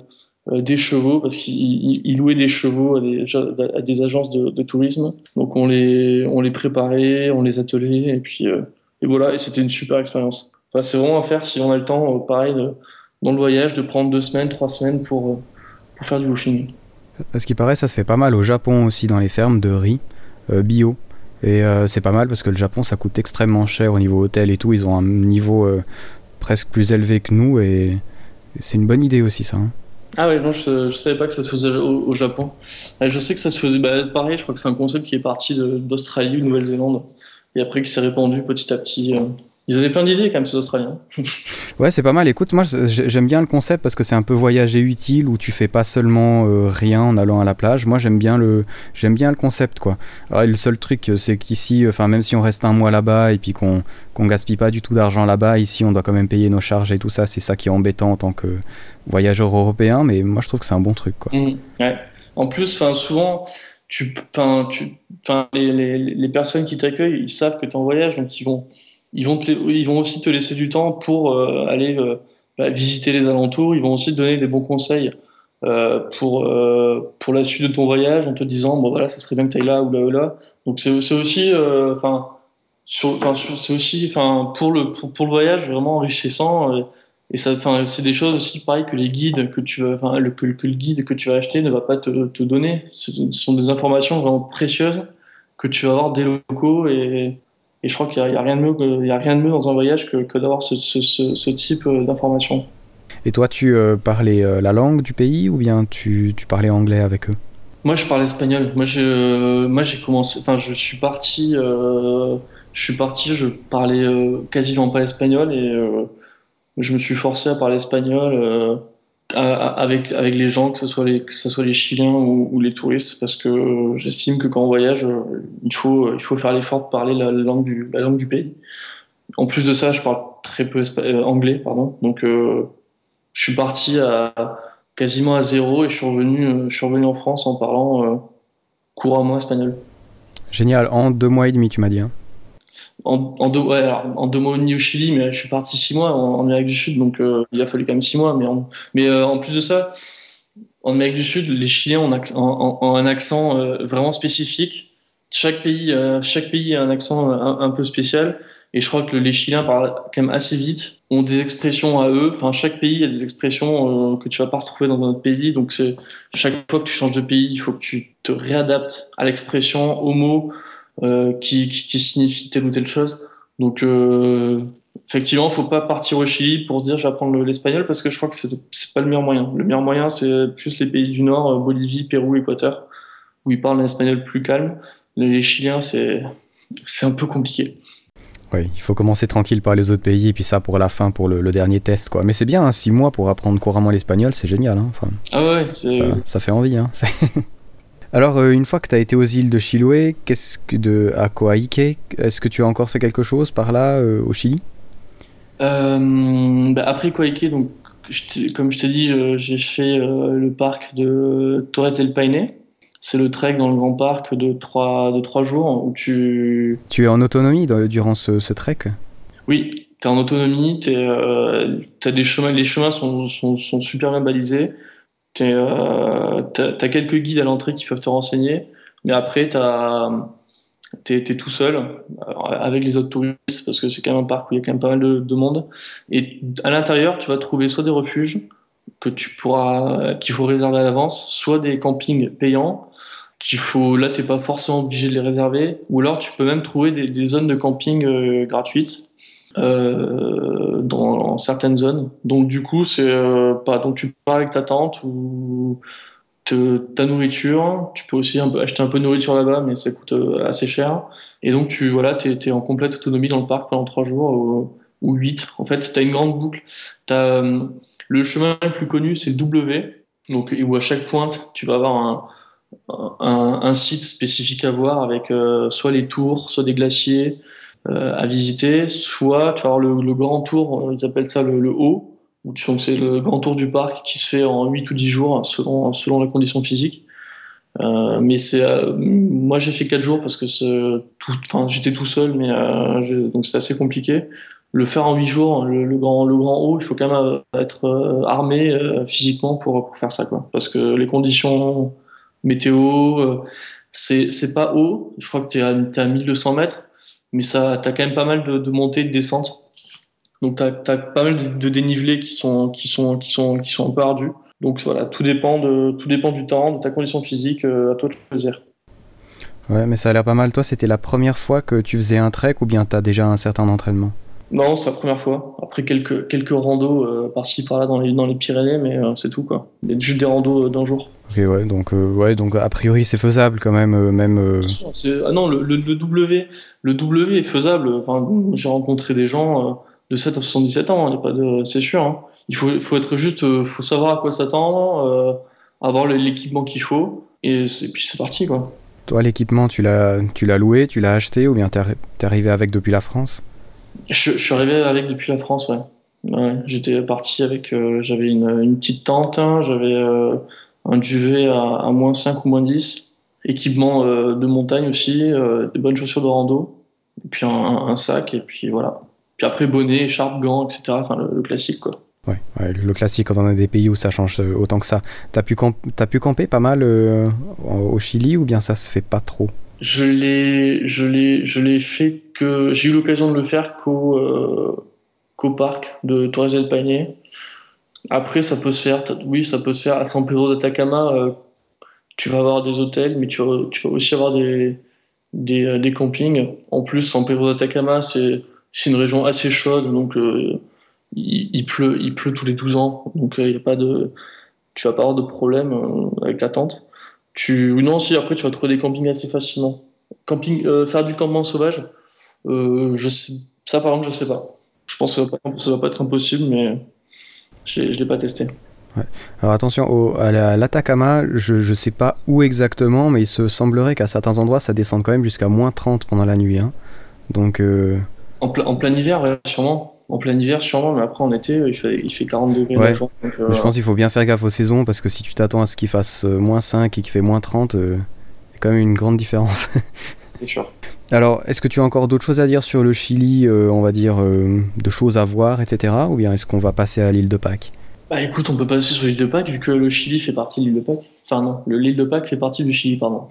euh, des chevaux, parce qu'ils louaient des chevaux à des, à des agences de, de tourisme. Donc on les, on les préparait, on les attelait, et puis euh, et voilà, et c'était une super expérience. Enfin, c'est vraiment à faire si on a le temps, euh, pareil, de- dans le voyage, de prendre deux semaines, trois semaines pour, euh, pour faire du woofing. À ce qui paraît, ça se fait pas mal au Japon aussi dans les fermes de riz euh, bio. Et euh, c'est pas mal parce que le Japon, ça coûte extrêmement cher au niveau hôtel et tout. Ils ont un niveau euh, presque plus élevé que nous et, et c'est une bonne idée aussi ça. Hein. Ah ouais, non, je, je savais pas que ça se faisait au, au Japon. Euh, Je sais que ça se faisait, bah, pareil, je crois que c'est un concept qui est parti de- d'Australie ou Nouvelle-Zélande, et après qui s'est répandu petit à petit. euh. Ils avaient plein d'idées quand même, ces Australiens. Ouais, c'est pas mal. Écoute, moi j'ai- j'aime bien le concept parce que c'est un peu voyager utile où tu fais pas seulement euh, rien en allant à la plage. Moi j'aime bien le j'aime bien le concept quoi. Alors, le seul truc euh, c'est qu'ici, enfin même si on reste un mois là-bas et puis qu'on qu'on gaspille pas du tout d'argent là-bas, ici on doit quand même payer nos charges et tout ça. C'est ça qui est embêtant en tant que voyageur européen, mais moi je trouve que c'est un bon truc quoi. Mhm. Ouais. En plus, enfin, souvent, tu, enfin, tu, enfin, les, les, les personnes qui t'accueillent, ils savent que tu es en voyage, donc ils vont, ils vont te, la- ils vont aussi te laisser du temps pour euh, aller euh, bah, visiter les alentours. Ils vont aussi te donner des bons conseils euh, pour, euh, pour la suite de ton voyage, en te disant, bon voilà, ça serait bien que tu ailles là ou là ou là. Donc c'est c'est aussi, euh, enfin, sur, enfin, sur- c'est aussi, enfin, pour le, pour, pour le voyage, vraiment enrichissant. euh, et ça, enfin, c'est des choses aussi pareil que les guides que tu vas, enfin, le, que, que le guide que tu vas acheter ne va pas te, te donner. Ce ce sont des informations vraiment précieuses que tu vas avoir des locaux et, et je crois qu'il y a, il y a rien de mieux, que- il y a rien de mieux dans un voyage que, que d'avoir ce, ce, ce, ce type euh, d'informations. Et toi tu euh, parlais euh, la langue du pays ou bien tu, tu parlais anglais avec eux? Moi, je parle espagnol. Moi, je, moi, j'ai commencé, enfin, je suis parti, euh, je suis parti, je parlais euh, quasiment pas espagnol et euh, je me suis forcé à parler espagnol euh, à- à- avec, avec les gens, que ce soit les, que ce soit les Chiliens ou, ou les touristes, parce que euh, j'estime que quand on voyage, euh, il faut, il faut faire l'effort de parler la langue du, la langue du pays. En plus de ça, je parle très peu espa- euh, anglais, pardon. Donc, euh, je suis parti à quasiment à zéro et je suis revenu, euh, je suis revenu en France en parlant euh, couramment espagnol. Génial, en deux mois et demi tu m'as dit. Hein. En, en deux, ouais, alors, en deux mois et demi au Chili, mais je suis parti six mois en, en Amérique du Sud, donc euh, il a fallu quand même six mois. Mais, en, mais euh, en plus de ça, en Amérique du Sud, les Chiliens ont, acc- ont- ont un accent euh, vraiment spécifique. Chaque pays, euh, chaque pays a un accent euh, un, un peu spécial. Et je crois que les Chiliens parlent quand même assez vite, ont des expressions à eux. Enfin, chaque pays a des expressions euh, que tu vas pas retrouver dans un autre pays. Donc, c'est chaque fois que tu changes de pays, il faut que tu te réadaptes à l'expression, au mot euh, qui, qui, qui signifie telle ou telle chose. Donc, euh, effectivement, faut pas partir au Chili pour se dire je vais apprendre le- l'espagnol parce que je crois que c'est c'est pas le meilleur moyen. Le meilleur moyen, c'est plus les pays du Nord, euh, Bolivie, Pérou, Équateur, où ils parlent un espagnol plus calme. Les, les Chiliens, c'est c'est un peu compliqué. Oui, il faut commencer tranquille par les autres pays et puis ça pour la fin, pour le, le dernier test quoi. Mais c'est bien, hein, six mois pour apprendre couramment l'espagnol, c'est génial. Hein. Enfin, Ah ouais, c'est ça, ça fait envie. Hein. Alors, euh, une fois que tu as été aux îles de Chiloé, qu'est-ce que de à Coaike, est-ce que tu as encore fait quelque chose par là euh, au Chili? Euh, bah, après Coique, donc je t'ai- comme je t'ai dit, euh, j'ai fait euh, le parc de Torres del Paine. C'est le trek dans le grand parc de trois de trois jours où tu, Tu es en autonomie dans- durant ce, ce trek? oui, t'es en autonomie, t'es, euh, t'as des chemins, les chemins sont, sont, sont super bien balisés. T'es, euh, t'as, t'as quelques guides à l'entrée qui peuvent te renseigner, mais après t'as t'es, t'es tout seul alors, avec les autres touristes parce que c'est quand même un parc où il y a quand même pas mal de, de monde. Et à l'intérieur, tu vas trouver soit des refuges que tu pourras, qu'il faut réserver à l'avance, soit des campings payants qu'il faut, là, t'es pas forcément obligé de les réserver, ou alors tu peux même trouver des, des zones de camping euh, gratuites euh, dans, dans certaines zones. Donc du coup, c'est euh, pas, donc tu pars avec ta tente ou te- ta nourriture. Tu peux aussi un peu, acheter un peu de nourriture là-bas, mais ça coûte euh, assez cher. Et donc, tu voilà, t'es, t'es en complète autonomie dans le parc pendant trois jours euh, ou huit. En fait, t'as une grande boucle. T'as, euh, le chemin le plus connu, c'est le W, donc, où à chaque pointe, tu vas avoir un, un, un site spécifique à voir avec euh, soit les tours, soit des glaciers euh, à visiter, soit tu vas avoir le, le grand tour, euh, ils appellent ça le, le haut, où tu, donc c'est le grand tour du parc qui se fait en huit ou dix jours selon, selon la condition physique. Euh, mais c'est, euh, moi j'ai fait quatre jours parce que c'est tout, enfin, j'étais tout seul, mais euh, j'ai- donc c'est assez compliqué. le faire en huit jours, le, le grand, le grand haut, il faut quand même euh, être euh, armé euh, physiquement pour, pour faire ça, quoi. Parce que les conditions météo, euh, c'est, c'est pas haut. Je crois que t'es à, t'es à mille deux cents mètres, mais ça, t'as quand même pas mal de, de montées, de descentes. Donc t'as, t'as pas mal de, de dénivelés qui sont, qui sont, qui sont, qui sont un peu ardus. Donc voilà, tout dépend de, tout dépend du temps, de ta condition physique, euh, à toi de choisir. Ouais, mais ça a l'air pas mal. Toi, c'était la première fois que tu faisais un trek ou bien t'as déjà un certain entraînement? Non, c'est la première fois. Après quelques, quelques randos euh, par-ci par-là dans les, dans les Pyrénées, mais euh, c'est tout quoi. Il y a juste des randos euh, d'un jour. Ok, ouais, donc, euh, ouais, donc a priori c'est faisable quand même, euh, même. euh, C'est- Ah non, le, le, le W, le W est faisable. Enfin, j'ai rencontré des gens euh, de sept à soixante-dix-sept ans, hein, il y a pas de, c'est sûr. Hein. Il faut, faut être juste, euh, faut savoir à quoi s'attendre, euh, avoir le- l'équipement qu'il faut, et, c'est- et puis c'est parti quoi. Toi, l'équipement, tu l'as, tu l'as loué, tu l'as acheté ou bien t'es arri- t'es arrivé avec depuis la France? Je, je suis arrivé avec depuis la France, ouais. Ouais, j'étais parti avec, euh, j'avais une, une petite tente, hein, j'avais euh, un duvet à, à moins cinq ou moins dix, équipement euh, de montagne aussi, euh, des bonnes chaussures de rando, et puis un, un sac, et puis voilà. Puis après bonnet, écharpe, gants, et cetera. Enfin le, le classique quoi. Ouais, ouais, le classique quand on a des pays où ça change euh, autant que ça. T'as pu, camp- t'as pu camper pas mal euh, au Chili ou bien ça se fait pas trop? Je l'ai, je l'ai, je l'ai fait que, j'ai eu l'occasion de le faire qu'au euh, qu'au parc de Torres del Paine. Après, ça peut se faire, t'as- oui, ça peut se faire à San Pedro d'Atacama. euh, Tu vas avoir des hôtels, mais tu vas, tu vas aussi avoir des, des, euh, des campings. En plus, San Pedro d'Atacama, c'est, c'est une région assez chaude, donc euh, il, il pleut, il pleut tous les douze ans. Donc euh, il y a pas de, tu vas pas avoir de problème euh, avec ta tente. Tu, ou non, si après tu vas trouver des campings assez facilement. Camping, euh, faire du campement sauvage, euh, je sais, ça par exemple, je sais pas. Je pense que ça va pas, ça va pas être impossible, mais j'ai- je l'ai pas testé. Ouais. Alors attention, au, à la- l'Atacama, je, je sais pas où exactement, mais il se semblerait qu'à certains endroits ça descende quand même jusqu'à moins trente pendant la nuit. Hein. Donc, euh, En, ple- en plein hiver, ouais, sûrement. En plein hiver, sûrement, mais après en été, il fait, il fait quarante degrés la ouais. journée. Donc, Mais je euh, pense qu'il faut bien faire gaffe aux saisons parce que si tu t'attends à ce qu'il fasse euh, moins cinq et qu'il fait moins trente, euh, c'est quand même une grande différence. c'est sûr. Alors, est-ce que tu as encore d'autres choses à dire sur le Chili, euh, on va dire, euh, de choses à voir, et cetera. Ou bien est-ce qu'on va passer à l'île de Pâques? Bah écoute, on peut passer sur l'île de Pâques, vu que le Chili fait partie de l'île de Pâques. Enfin non, le- l'île de Pâques fait partie du Chili, pardon.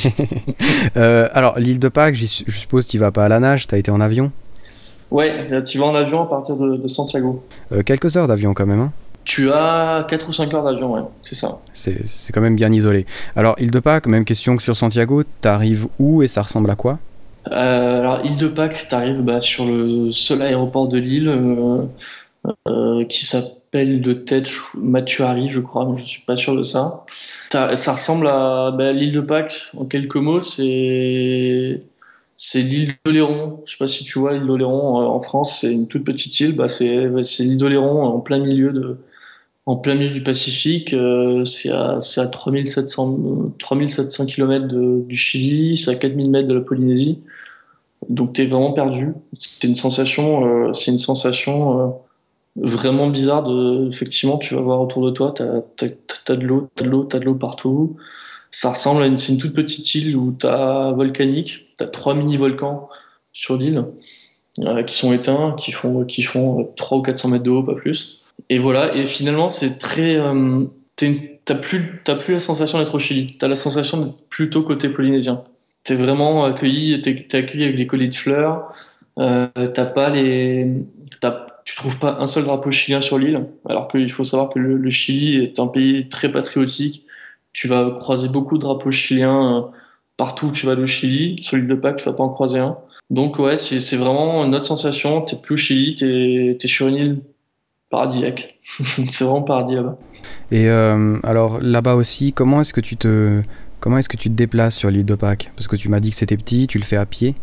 Euh, alors, l'île de Pâques, j'y su- je suppose que tu vas pas à la nage, tu as été en avion. Ouais, tu vas en avion à partir de, de Santiago. Euh, quelques heures d'avion quand même, hein. Tu as quatre ou cinq heures d'avion, ouais, c'est ça. C'est c'est quand même bien isolé. Alors, île de Pâques, même question que sur Santiago, t'arrives où et ça ressemble à quoi? Euh, alors, île de Pâques, t'arrives bah, sur le seul aéroport de l'île euh, euh, qui s'appelle de tête je- Matuari, je crois, mais je suis pas sûr de ça. T'as- ça ressemble à bah, l'île de Pâques, en quelques mots, c'est c'est l'île d'Oléron. Je sais pas si tu vois l'île d'Oléron euh, en France, c'est une toute petite île. Bah, c'est bah, c'est l'île d'Oléron en plein milieu de en plein milieu du Pacifique. Euh, c'est à c'est à trois mille sept cents euh, trois mille sept cents kilomètres de, du Chili, c'est à quatre mille mètres de la Polynésie. Donc t'es vraiment perdu. C'est une sensation, euh, c'est une sensation euh, vraiment bizarre de, effectivement, tu vas voir autour de toi, t'as, t'as, t'as de l'eau, t'as de l'eau, t'as de l'eau partout. Ça ressemble à une, c'est une toute petite île où t'as volcanique, t'as trois mini-volcans sur l'île, euh, qui sont éteints, qui font, qui font euh, trois ou quatre cents mètres de haut, pas plus. Et voilà. Et finalement, c'est très, euh, t'es une- t'as plus, t'as plus la sensation d'être au Chili. T'as la sensation d'être plutôt côté polynésien. T'es vraiment accueilli, t'es, t'es accueilli avec les colliers de fleurs. Euh, t'as pas les, t'as, tu trouves pas un seul drapeau chilien sur l'île, alors qu'il faut savoir que le, le Chili est un pays très patriotique. Tu vas croiser beaucoup de drapeaux chiliens euh, partout où tu vas au Chili. Sur l'île de Pâques, tu vas pas en croiser un. Donc ouais, c'est, c'est vraiment une autre sensation. T'es plus au Chili, t'es, t'es sur une île paradisiaque. C'est vraiment paradis là-bas. Et euh, alors, là-bas aussi, comment est-ce que tu te, comment est-ce que tu te déplaces sur l'île de Pâques? Parce que tu m'as dit que c'était petit, tu le fais à pied.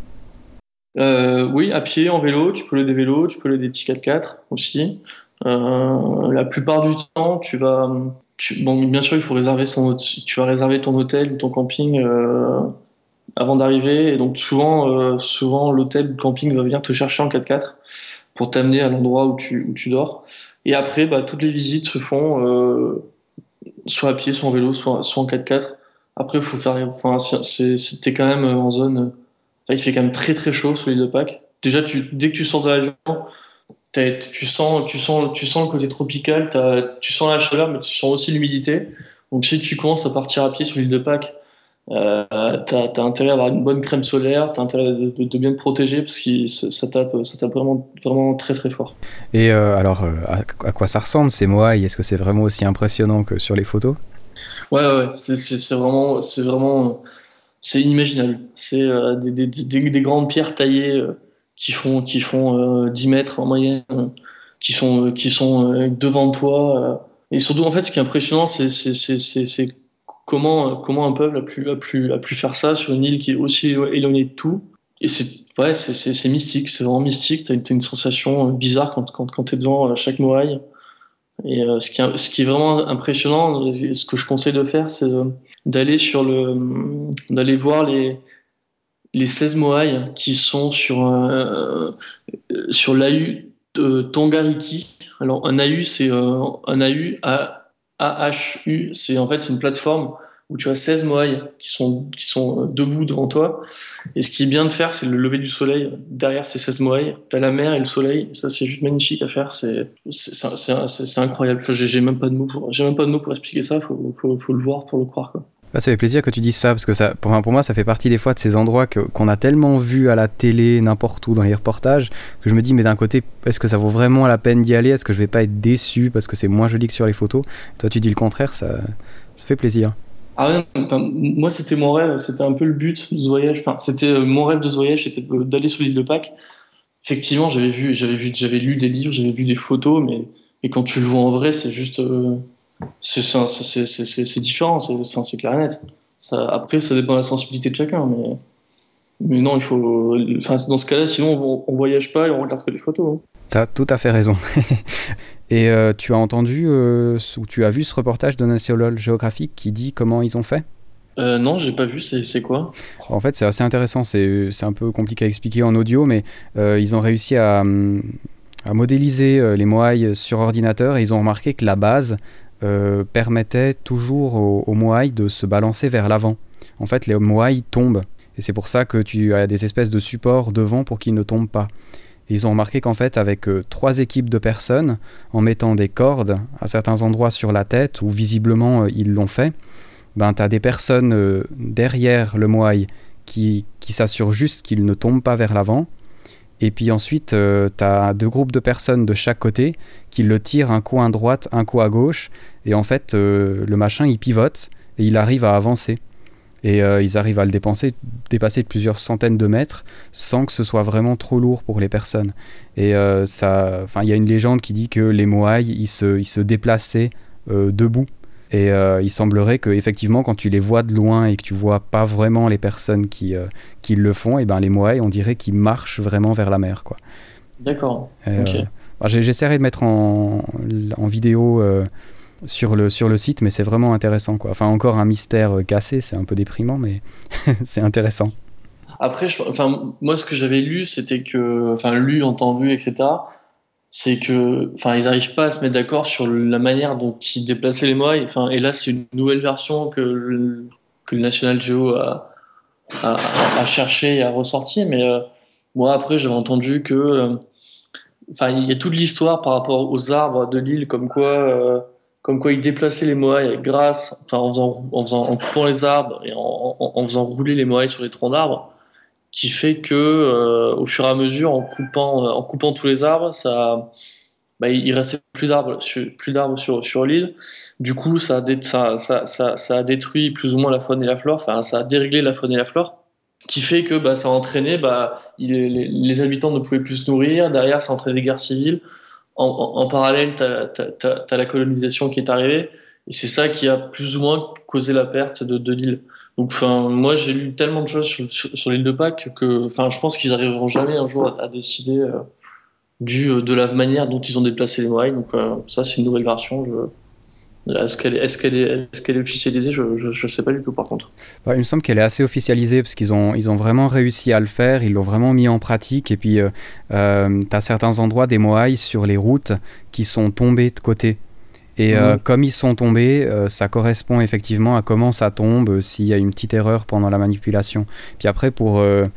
Euh, oui, à pied, en vélo, tu peux louer des vélos, tu peux louer des petits quatre-quatre aussi. Euh, la plupart du temps, tu vas, tu, bon, bien sûr, il faut réserver son, hôte- tu vas réserver ton hôtel ou ton camping euh, avant d'arriver, et donc souvent, euh, souvent l'hôtel ou le camping va venir te chercher en quatre-quatre pour t'amener à l'endroit où tu, où tu dors. Et après, bah, toutes les visites se font euh, soit à pied, soit en vélo, soit, soit en quatre-quatre. Après, il faut faire, enfin, c'est, c'est- c'était quand même en zone. Enfin, il fait quand même très très chaud sur l'île de Pâques. Déjà, tu, dès que tu sors de l'avion, t'as- tu sens, tu sens, tu sens le côté tropical, t'as- tu sens la chaleur, mais tu sens aussi l'humidité. Donc si tu commences à partir à pied sur l'île de Pâques, euh, t'as, t'as intérêt à avoir une bonne crème solaire, t'as intérêt de, de- de bien te protéger parce que ça, ça tape, ça tape vraiment, vraiment très très fort. Et euh, alors, euh, à, à quoi ça ressemble ces moailles? Est-ce que c'est vraiment aussi impressionnant que sur les photos? Ouais, ouais, ouais, c'est, c'est, c'est vraiment, c'est vraiment, c'est inimaginable. C'est euh, des, des, des, des grandes pierres taillées euh, qui font, qui font euh, dix mètres en moyenne, euh, qui sont, euh, qui sont euh, devant toi. euh. Et surtout, en fait, ce qui est impressionnant, c'est, c'est, c'est, c'est, c'est comment, euh, comment un peuple a pu, a pu, a pu faire ça sur une île qui est aussi élo- éloignée de tout. Et c'est, ouais, c'est, c'est, c'est mystique, c'est vraiment mystique. T'as une, t'as une sensation euh, bizarre quand, quand, quand t'es devant euh, chaque moaille. Et euh, ce qui, est- ce qui est vraiment impressionnant, et ce que je conseille de faire, c'est euh, d'aller sur le, d'aller voir les, les seize moailles qui sont sur, euh, euh, sur l'A U de Tongariki. Alors, un A U, c'est euh, un A U, A, A-H-U, c'est en fait c'est une plateforme où tu as seize moailles qui sont, qui sont euh, debout devant toi. Et ce qui est bien de faire, c'est le lever du soleil derrière ces seize moailles. T'as la mer et le soleil. Et ça, c'est juste magnifique à faire. C'est, c'est, c'est, c'est, c'est- c'est incroyable. Enfin, j'ai, j'ai même pas de mots pour, j'ai même pas de mots pour expliquer ça. Faut, faut, faut le voir pour le croire, quoi. Ah, ça fait plaisir que tu dises ça, parce que ça, pour, enfin, pour moi, ça fait partie des fois de ces endroits que, qu'on a tellement vus à la télé, n'importe où, dans les reportages, que je me dis, mais d'un côté, est-ce que ça vaut vraiment la peine d'y aller? Est-ce que je vais pas être déçu parce que c'est moins joli que sur les photos? Toi, tu dis le contraire, ça, ça fait plaisir. Ah ouais, enfin, moi, c'était mon rêve. C'était un peu le but de ce voyage. Enfin, c'était euh, mon rêve de ce voyage, c'était de- d'aller sur l'île de Pâques. Effectivement, j'avais vu, j'avais vu, j'avais lu des livres, j'avais vu des photos, mais, mais quand tu le vois en vrai, c'est juste, euh, c'est, c'est, c'est, c'est, c'est, c'est différent. C'est, enfin, c'est clair et net. Ça, après, ça dépend de la sensibilité de chacun, mais. Mais non, il faut. Enfin, dans ce cas-là, sinon, on, on voyage pas et on regarde que les photos, hein. T'as tout à fait raison. Et euh, tu as entendu, euh, ou tu as vu ce reportage de National Geographic qui dit comment ils ont fait? Euh, non, j'ai pas vu, c'est, c'est quoi? En fait, c'est assez intéressant, c'est, c'est un peu compliqué à expliquer en audio, mais euh, ils ont réussi à, hum, à modéliser euh, les moailles sur ordinateur et ils ont remarqué que la base euh, permettait toujours aux, aux moailles de se balancer vers l'avant. En fait, les moailles tombent et c'est pour ça que tu as des espèces de supports devant pour qu'ils ne tombent pas. Et ils ont remarqué qu'en fait, avec euh, trois équipes de personnes, en mettant des cordes à certains endroits sur la tête, où visiblement euh, ils l'ont fait, ben, tu as des personnes euh, derrière le moaille qui, qui s'assurent juste qu'il ne tombe pas vers l'avant. Et puis ensuite, euh, tu as deux groupes de personnes de chaque côté qui le tirent un coup à droite, un coup à gauche. Et en fait, euh, le machin, il pivote et il arrive à avancer. Et euh, ils arrivent à le dépenser, dépasser de plusieurs centaines de mètres sans que ce soit vraiment trop lourd pour les personnes. Et euh, ça, enfin, il y a une légende qui dit que les moailles, ils se, ils se déplaçaient euh, debout. Et euh, il semblerait que effectivement, quand tu les vois de loin et que tu vois pas vraiment les personnes qui, euh, qui le font, et ben les moailles, on dirait qu'ils marchent vraiment vers la mer, quoi. D'accord. Et, Ok. euh, bah, j'ai- j'essaierai de mettre en, en vidéo euh, sur, le, sur le site, mais c'est vraiment intéressant, quoi. Enfin, encore un mystère euh, cassé, c'est un peu déprimant, mais c'est intéressant. Après, je, enfin, moi, ce que j'avais lu, c'était que, enfin, lu, entendu, et cetera, c'est que, enfin, ils n'arrivent pas à se mettre d'accord sur la manière dont ils déplaçaient les moailles. Enfin, et là, c'est une nouvelle version que le, que le National Geo a, a, a cherché et a ressorti. Mais euh, moi, après, j'avais entendu que, euh, enfin, il y a toute l'histoire par rapport aux arbres de l'île, comme quoi, euh, comme quoi ils déplaçaient les moailles grâce, enfin, en faisant, en faisant, en coupant les arbres et en, en, en faisant rouler les moailles sur les troncs d'arbres, qui fait que, euh, au fur et à mesure, en coupant, en coupant tous les arbres, ça, bah, il restait plus d'arbres, sur, plus d'arbres sur, sur l'île. Du coup, ça a, dé- ça, ça, ça, ça a détruit plus ou moins la faune et la flore. Enfin, ça a déréglé la faune et la flore, qui fait que bah, ça a entraîné, bah, il, les, les habitants ne pouvaient plus se nourrir. Derrière, ça a entraîné des guerres civiles. En, en, en parallèle, t'as, t'as, t'as, t'as la colonisation qui est arrivée, et c'est ça qui a plus ou moins causé la perte de, de l'île. Donc, enfin, moi, j'ai lu tellement de choses sur, sur, sur l'île de Pâques que, enfin, je pense qu'ils arriveront jamais un jour à, à décider euh, du euh, de la manière dont ils ont déplacé les moailles. Donc, euh, ça, c'est une nouvelle version. Je... Est-ce qu'elle est, est-ce qu'elle est, est-ce qu'elle est officialisée? Je, je, je sais pas du tout, par contre. Bah, il me semble qu'elle est assez officialisée parce qu'ils ont, ils ont vraiment réussi à le faire, ils l'ont vraiment mis en pratique. Et puis, euh, euh, tu as certains endroits des moailles sur les routes qui sont tombés de côté. Et euh, Mhm. comme ils sont tombés, euh, ça correspond effectivement à comment ça tombe, euh, s'il y a une petite erreur pendant la manipulation. Puis après, pour, euh,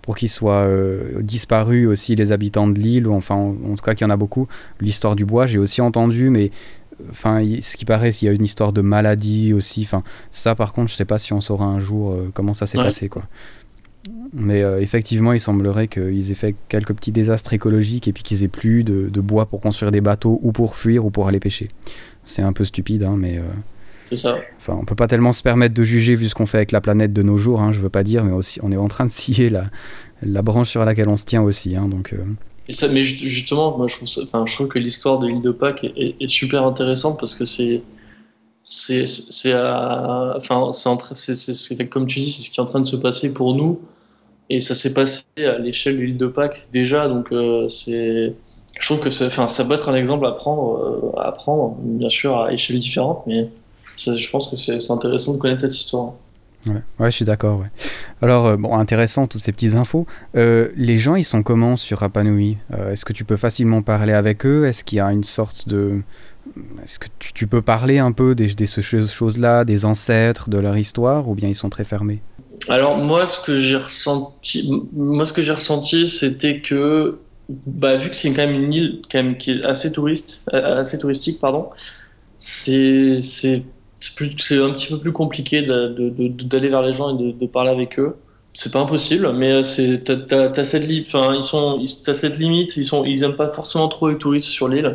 pour qu'ils soient euh, disparus aussi les habitants de l'île, ou enfin en, en tout cas qu'il y en a beaucoup. L'histoire du bois, j'ai aussi entendu, mais enfin, ce qui paraît, il y a une histoire de maladie aussi. Enfin, ça, par contre, je sais pas si on saura un jour euh, comment ça s'est Ouais. passé, quoi. Mais euh, effectivement, il semblerait qu'ils aient fait quelques petits désastres écologiques et puis qu'ils aient plus de, de bois pour construire des bateaux ou pour fuir ou pour aller pêcher. C'est un peu stupide, hein, mais euh, C'est ça. enfin, on peut pas tellement se permettre de juger vu ce qu'on fait avec la planète de nos jours. Hein, je veux pas dire, mais aussi, on est en train de scier la, la branche sur laquelle on se tient aussi. Hein, donc, euh, Et ça, mais ju- justement, moi je trouve ça, enfin, je trouve que l'histoire de l'île de Pâques est, est- est super intéressante parce que c'est, c'est, c'est, à- enfin, c'est, en train- c'est, c'est, c'est- comme tu dis, c'est ce qui est en train de se passer pour nous et ça s'est passé à l'échelle de l'île de Pâques déjà, donc euh, c'est, je trouve que ça, enfin, ça peut être un exemple à prendre, euh, à prendre, bien sûr à échelle différente, mais ça, je pense que c'est, c'est intéressant de connaître cette histoire. ouais. Ouais, je suis d'accord. Ouais. Alors, euh, bon, intéressant toutes ces petites infos. Euh, les gens, ils sont comment sur Rapa Nui? Euh, Est-ce que tu peux facilement parler avec eux? Est-ce qu'il y a une sorte de... Est-ce que tu, tu peux parler un peu des, des ce- choses-là, des ancêtres, de leur histoire, ou bien ils sont très fermés? Alors moi, ce que j'ai ressenti, moi ce que j'ai ressenti, c'était que, bah, vu que c'est quand même une île quand même qui est assez touriste, euh, assez touristique, pardon, c'est c'est c'est plus- c'est un petit peu plus compliqué de- de- de- de- d'aller vers les gens et de, de parler avec eux. C'est pas impossible, mais euh, c'est t'as, t'as, t'as cette limite, enfin ils sont, ils, t'as cette limite, ils sont, ils aiment pas forcément trop les touristes sur l'île.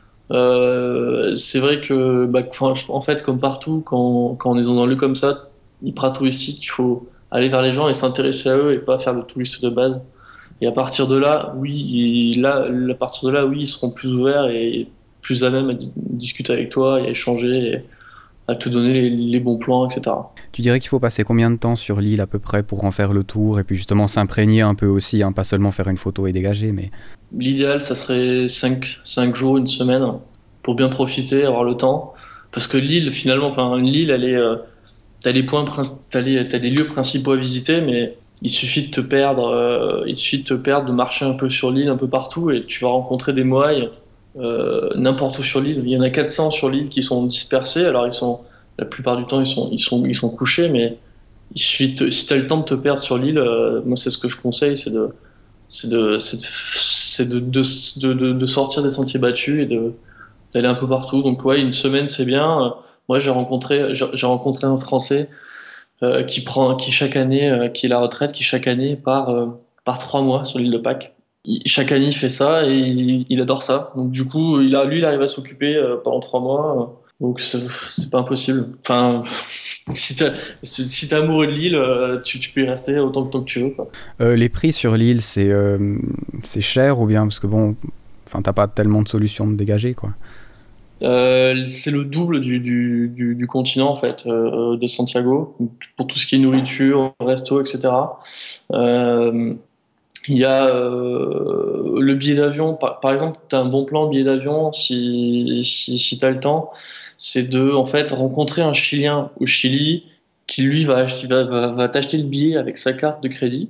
Euh, c'est vrai que, bah, enfin, je- en fait, comme partout, quand, quand on est dans un lieu comme ça, hyper touristique, il faut aller vers les gens et s'intéresser à eux et pas faire le touriste de base. Et à partir de là, oui, il- là, à partir de là, oui, ils seront plus ouverts et plus à même à di- discuter avec toi et à échanger et à te donner les, les bons plans, et cetera. Tu dirais qu'il faut passer combien de temps sur l'île à peu près pour en faire le tour et puis justement s'imprégner un peu aussi, hein, pas seulement faire une photo et dégager, mais... L'idéal, ça serait cinq cinq jours, une semaine, pour bien profiter, avoir le temps. Parce que l'île, finalement, enfin, l'île, elle est, euh, t'as les points, princi- t'as les, t'as les lieux principaux à visiter, mais il suffit de te perdre, euh, il suffit de te perdre, de marcher un peu sur l'île, un peu partout, et tu vas rencontrer des moailles, euh, n'importe où sur l'île. Il y en a quatre cents sur l'île qui sont dispersés. Alors ils sont, la plupart du temps, ils sont, ils sont, ils sont couchés, mais il suffit de, si t'as le temps de te perdre sur l'île, euh, moi c'est ce que je conseille, c'est de, c'est de, c'est de, c'est de, de, de, de- de sortir des sentiers battus et de, d'aller un peu partout. Donc ouais, une semaine c'est bien. Euh, Moi j'ai rencontré, j'ai j'ai rencontré un Français euh, qui prend, qui chaque année, euh, qui est la retraite, qui chaque année part, euh, part trois mois sur l'île de Pâques. Il- chaque année il fait ça et il, il adore ça. Donc du coup, il a, lui il arrive à s'occuper euh, pendant trois mois. euh, donc c'est c'est pas impossible. Enfin, si t'as si si t'es amoureux de l'île, euh, tu, tu peux y rester autant de temps que tu veux, quoi. Euh, les prix sur l'île, c'est euh, c'est cher ou bien parce que bon, enfin t'as pas tellement de solutions de dégager, quoi. Euh, c'est le double du, du, du, du continent en fait, euh, de Santiago, pour tout ce qui est nourriture, resto, et cetera. Euh, Il y a euh, le billet d'avion, par, par exemple, tu as un bon plan billet d'avion si, si, si tu as le temps, c'est de en fait rencontrer un Chilien au Chili qui lui va, acheter- va, va, va t'acheter le billet avec sa carte de crédit.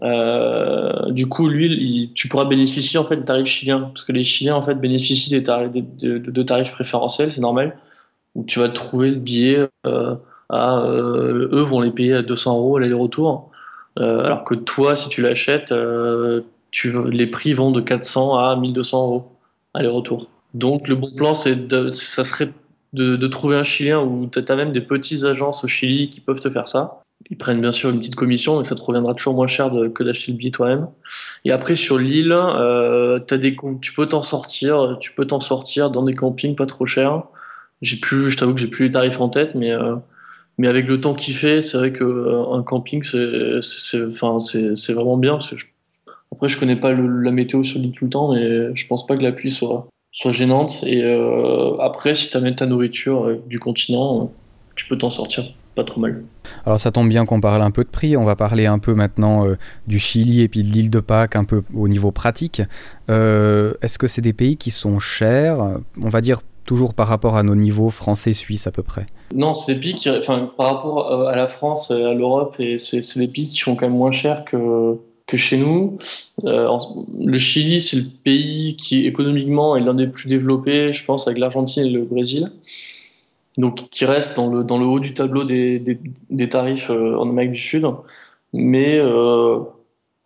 Euh, du coup, lui, il- tu pourras bénéficier en fait des tarifs chiliens, parce que les Chiliens en fait bénéficient des tarifs, des- de, de- de tarifs préférentiels, c'est normal, où tu vas trouver le billet euh, à euh, eux vont les payer à deux cents euros à l'aller-retour. Euh, alors que toi, si tu l'achètes, euh, tu, veux- les prix vont de quatre cents à mille deux cents euros aller-retour. Donc le bon plan, c'est de, ça serait de, de trouver un Chilien où tu as même des petites agences au Chili qui peuvent te faire ça. Ils prennent bien sûr une petite commission, mais ça te reviendra toujours moins cher de- que d'acheter le billet toi-même. Et après sur l'île, euh, t'as des, com- tu peux t'en sortir, tu peux t'en sortir dans des campings pas trop chers. J'ai plus, je t'avoue que j'ai plus les tarifs en tête, mais euh, mais avec le temps qu'il fait, c'est vrai que euh, un camping, c'est, c'est, enfin, c'est, c'est vraiment bien. Parce que je- après, je connais pas le- la météo sur l'île tout le temps, mais je pense pas que la pluie soit, soit gênante. Et euh, après, si tu amènes ta nourriture euh, du continent, euh, tu peux t'en sortir pas trop mal. Alors ça tombe bien qu'on parle un peu de prix, on va parler un peu maintenant euh, du Chili et puis de l'île de Pâques un peu au niveau pratique. Euh, est-ce que c'est des pays qui sont chers, on va dire toujours par rapport à nos niveaux français-suisses à peu près? Non, c'est des pays qui, enfin, par rapport euh, à la France, euh, à l'Europe, et c'est, c'est des pays qui sont quand même moins chers que, que chez nous. Euh, en- le Chili, c'est le pays qui économiquement est l'un des plus développés, je pense, avec l'Argentine et le Brésil. Donc qui reste dans le, dans le haut du tableau des, des, des tarifs euh, en Amérique du Sud. Mais euh,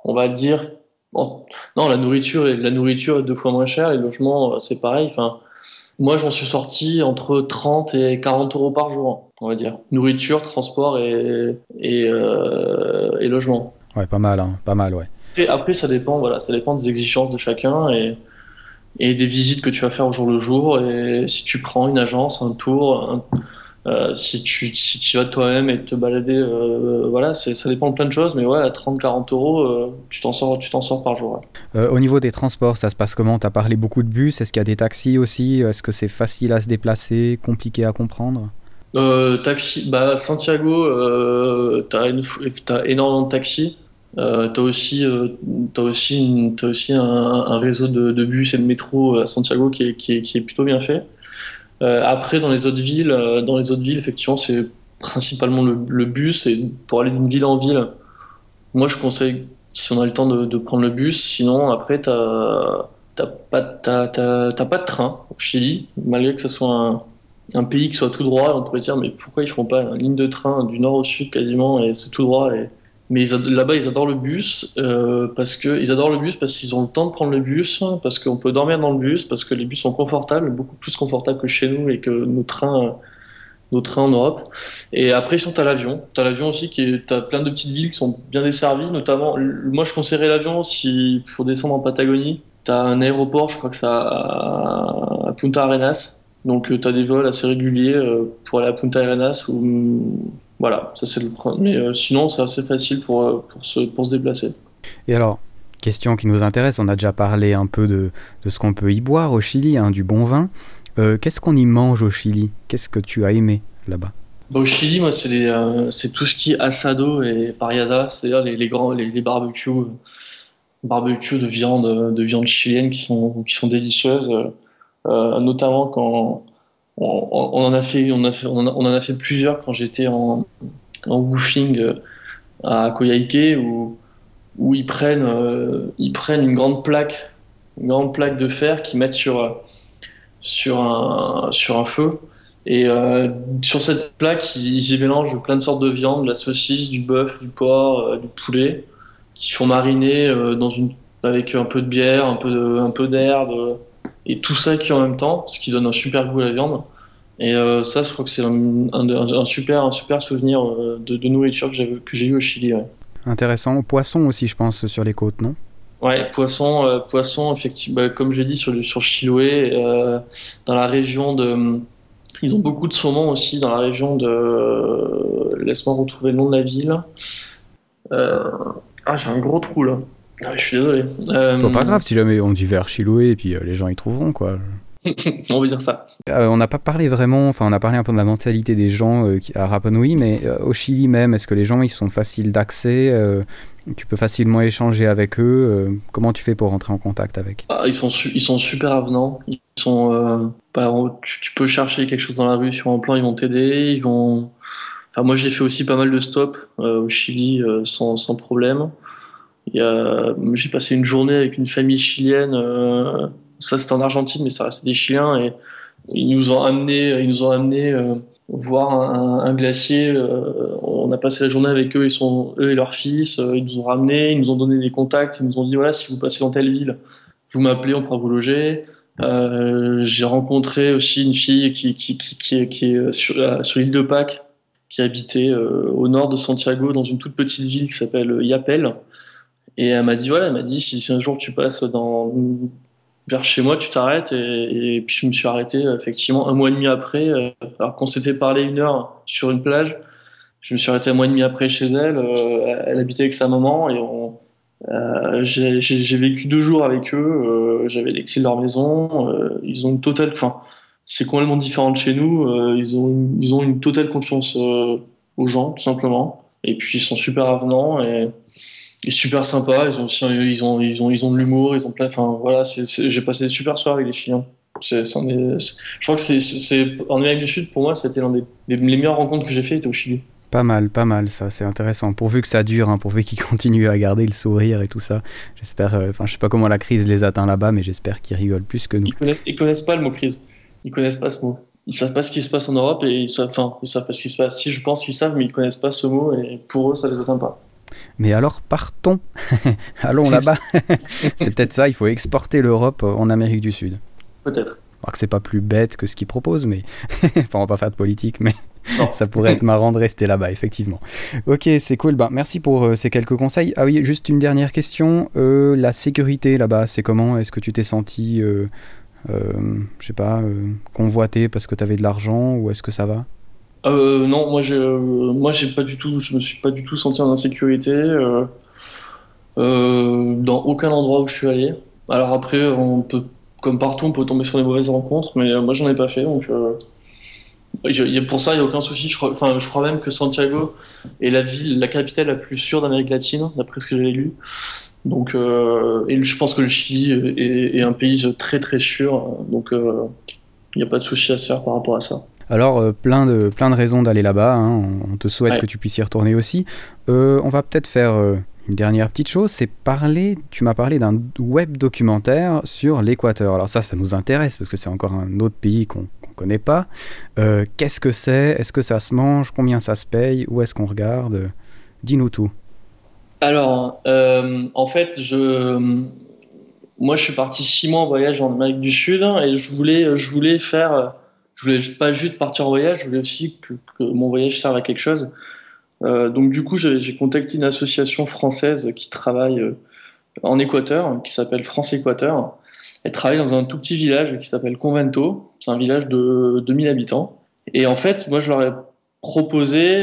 on va dire, bon, non, la nourriture est, la nourriture est deux fois moins chère, les logements, euh, c'est pareil. Enfin, moi, j'en suis sorti entre trente et quarante euros par jour, on va dire. Nourriture, transport et, et, euh, et logement. Ouais, pas mal, hein, pas mal, ouais. Après, après, ça dépend, voilà, ça dépend des exigences de chacun et, et des visites que tu vas faire au jour le jour. Et si tu prends une agence, un tour, un- euh, si tu, si tu vas toi-même et te balader, euh, voilà, c'est, ça dépend de plein de choses. Mais ouais, à trente quarante euros, euh, tu t'en sors, tu t'en sors par jour. Ouais. Euh, au niveau des transports, ça se passe comment? T'as parlé beaucoup de bus, est-ce qu'il y a des taxis aussi? Est-ce que c'est facile à se déplacer, compliqué à comprendre? Euh, taxi, bah Santiago, euh, t'as une, t'as énormément de taxis. Euh, t'as aussi, euh, t'as aussi, une- t'as aussi un, un réseau de, de bus et de métro à Santiago qui est, qui est, qui est plutôt bien fait. Euh, après, dans les autres villes, euh, dans les autres villes, effectivement, c'est principalement le, le bus. Et pour aller d'une ville en ville, moi, je conseille, si on a le temps, de, de prendre le bus. Sinon, après, t'as, t'as pas, t'as, t'as, t'as pas de train au Chili, malgré que ce soit un, un pays qui soit tout droit. On pourrait se dire, mais pourquoi ils font pas une ligne de train du nord au sud quasiment et c'est tout droit et... Mais ils ad- là-bas, ils adorent le bus euh, parce que ils adorent le bus parce qu'ils ont le temps de prendre le bus, parce qu'on peut dormir dans le bus, parce que les bus sont confortables, beaucoup plus confortables que chez nous et que nos trains nos trains en Europe. Et après, sinon, t'as l'avion. T'as l'avion aussi, qui est, t'as plein de petites villes qui sont bien desservies, notamment, l- moi, je conseillerais l'avion si, pour descendre en Patagonie. T'as un aéroport, je crois que c'est à, à Punta Arenas. Donc, euh, t'as des vols assez réguliers euh, pour aller à Punta Arenas ou, hum, voilà, ça c'est le problème. Mais euh, sinon, c'est assez facile pour, euh, pour se, pour se déplacer. Et alors, question qui nous intéresse, on a déjà parlé un peu de, de ce qu'on peut y boire au Chili, hein, du bon vin. Euh, qu'est-ce qu'on y mange au Chili? Qu'est-ce que tu as aimé là-bas? Bah, au Chili, moi, c'est les, euh, c'est tout ce qui est asado et parrillada, c'est-à-dire les, les grands, les, les barbecues, euh, barbecues de viande, de viande chilienne qui sont, qui sont délicieuses. Euh, euh, notamment quand on, on- on en a fait, on a fait, on en a, on en a fait plusieurs quand j'étais en, en woofing euh, à Coyhaique où, où ils prennent, euh, ils prennent une grande plaque, une grande plaque de fer qu'ils mettent sur, euh, sur un, sur un feu. Et euh, sur cette plaque, ils, ils y mélangent plein de sortes de viande, de la saucisse, du bœuf, du porc, euh, du poulet, qui font mariner euh, dans une, avec un peu de bière, un peu de, un peu d'herbe, euh, et tout ça cuit en même temps, ce qui donne un super goût à la viande. Et euh, ça, je crois que c'est un, un, un super, un super souvenir euh, de, de nourriture que j'ai, que j'ai eu au Chili. Ouais, Intéressant. Poisson aussi, je pense, sur les côtes, non? ouais poisson, euh, poisson, effectivement, bah, comme j'ai dit sur, le- sur Chiloé, euh, dans la région de. Ils ont beaucoup de saumon aussi dans la région de. Laisse-moi retrouver le nom de la ville. Euh, Ah, j'ai un gros trou là. Ah, je suis désolé. C'est pas Euh, grave si jamais on dit vers Chiloé et puis euh, les gens y trouveront, quoi. On va dire ça. Euh, on n'a pas parlé vraiment, enfin on a parlé un peu de la mentalité des gens euh, qui- à Rapa Nui, mais euh, au Chili même, est-ce que les gens ils sont faciles d'accès, euh, tu peux facilement échanger avec eux, euh, comment tu fais pour rentrer en contact avec? Ah, ils sont, su- ils sont super avenants. Ils sont, euh, bah, on- tu, tu peux chercher quelque chose dans la rue sur un plan, ils vont t'aider. Ils vont. Enfin, moi, j'ai fait aussi pas mal de stops euh, au Chili euh, sans, sans problème. Il y a... J'ai passé une journée avec une famille chilienne. euh, Ça, c'était en Argentine, mais ça restait des Chiliens et ils nous ont amené, ils nous ont amené euh, voir un, un glacier. euh, on a passé la journée avec eux, ils sont eux et leur fils. euh, ils nous ont ramenés, ils nous ont donné des contacts, ils nous ont dit voilà, si vous passez dans telle ville, vous m'appelez, on pourra vous loger. Euh, j'ai rencontré aussi une fille qui, qui, qui, qui, est, qui est sur, euh, sur l'île de Pâques, qui habitait euh, au nord de Santiago, dans une toute petite ville qui s'appelle Yapel. Et elle m'a dit, voilà, elle m'a dit, si un jour tu passes dans, vers chez moi, tu t'arrêtes. Et, et puis je me suis arrêté, euh, effectivement, un mois et demi après, euh, alors qu'on s'était parlé une heure sur une plage. Je me suis arrêté un mois et demi après chez elle. Euh, elle habitait avec sa maman et on, euh, j'ai, j'ai, j'ai vécu deux jours avec eux. Euh, j'avais les clés de leur maison. Euh, ils ont une totale, enfin, c'est complètement différent de chez nous. Euh, ils ont, une, ils ont une totale confiance euh, aux gens, tout simplement. Et puis ils sont super avenants et et super sympa, ils ont aussi, ils ont, ils ont, ils ont de l'humour, ils ont plein, enfin voilà, c'est, c'est- j'ai passé des super soirées avec les Chiliens. C'est, c'en est- c'est- je crois que c'est, c'est, c'est- en Amérique du Sud, pour moi, c'était l'un des, des- les meilleures rencontres que j'ai fait, était au Chili. Pas mal, pas mal, ça c'est intéressant. Pourvu que ça dure, hein, pourvu qu'ils continuent à garder le sourire et tout ça. J'espère, euh, enfin je sais pas comment la crise les atteint là-bas, mais j'espère qu'ils rigolent plus que nous. Ils connaissent, ils connaissent pas le mot crise. Ils connaissent pas ce mot. Ils savent pas ce qui se passe en Europe et ils savent, enfin, ils savent pas ce qui se passe. Si, je pense qu'ils savent, mais ils connaissent pas ce mot et pour eux, ça les atteint pas. Mais alors partons, allons là-bas. C'est peut-être ça, il faut exporter l'Europe en Amérique du Sud. Peut-être. Alors que c'est pas plus bête que ce qu'ils proposent, mais enfin on va pas faire de politique, mais Non. ça pourrait être marrant de rester là-bas, effectivement. Ok, c'est cool, ben, merci pour euh, ces quelques conseils. Ah oui, juste une dernière question, euh, la sécurité là-bas, c'est comment? Est-ce que tu t'es senti, euh, euh, je sais pas, euh, convoité parce que t'avais de l'argent, ou est-ce que ça va? Euh, non, moi, j'ai, euh, moi, j'ai pas du tout, je me suis pas du tout senti en insécurité euh, euh, dans aucun endroit où je suis allé. Alors après, on peut, comme partout, on peut tomber sur des mauvaises rencontres, mais euh, moi, j'en ai pas fait, donc euh, je- y a- pour ça, il y a aucun souci. Je crois, enfin, je crois même que Santiago est la ville, la capitale la plus sûre d'Amérique latine, d'après ce que j'ai lu. Donc, euh, et je pense que le Chili est, est un pays très très sûr, donc il n'y a pas de souci à se faire par rapport à ça. Alors, euh, plein, de, plein de raisons d'aller là-bas, hein. on, on te souhaite Ouais. que tu puisses y retourner aussi. Euh, on va peut-être faire euh, une dernière petite chose, c'est parler, tu m'as parlé d'un web documentaire sur l'Équateur. Alors ça, ça nous intéresse, parce que c'est encore un autre pays qu'on qu'on connaît pas. Euh, qu'est-ce que c'est? Est-ce que ça se mange? Combien ça se paye? Où est-ce qu'on regarde? Dis-nous tout. Alors, euh, en fait, je, moi, je suis parti six mois en voyage en Amérique du Sud et je voulais, je voulais faire, je voulais pas juste partir en voyage, je voulais aussi que, que mon voyage serve à quelque chose. Euh, donc, du coup, j'ai j'ai contacté une association française qui travaille euh, en Équateur, qui s'appelle France Équateur. Elle travaille dans un tout petit village qui s'appelle Convento. C'est un village de deux mille habitants. Et en fait, moi, je leur ai proposé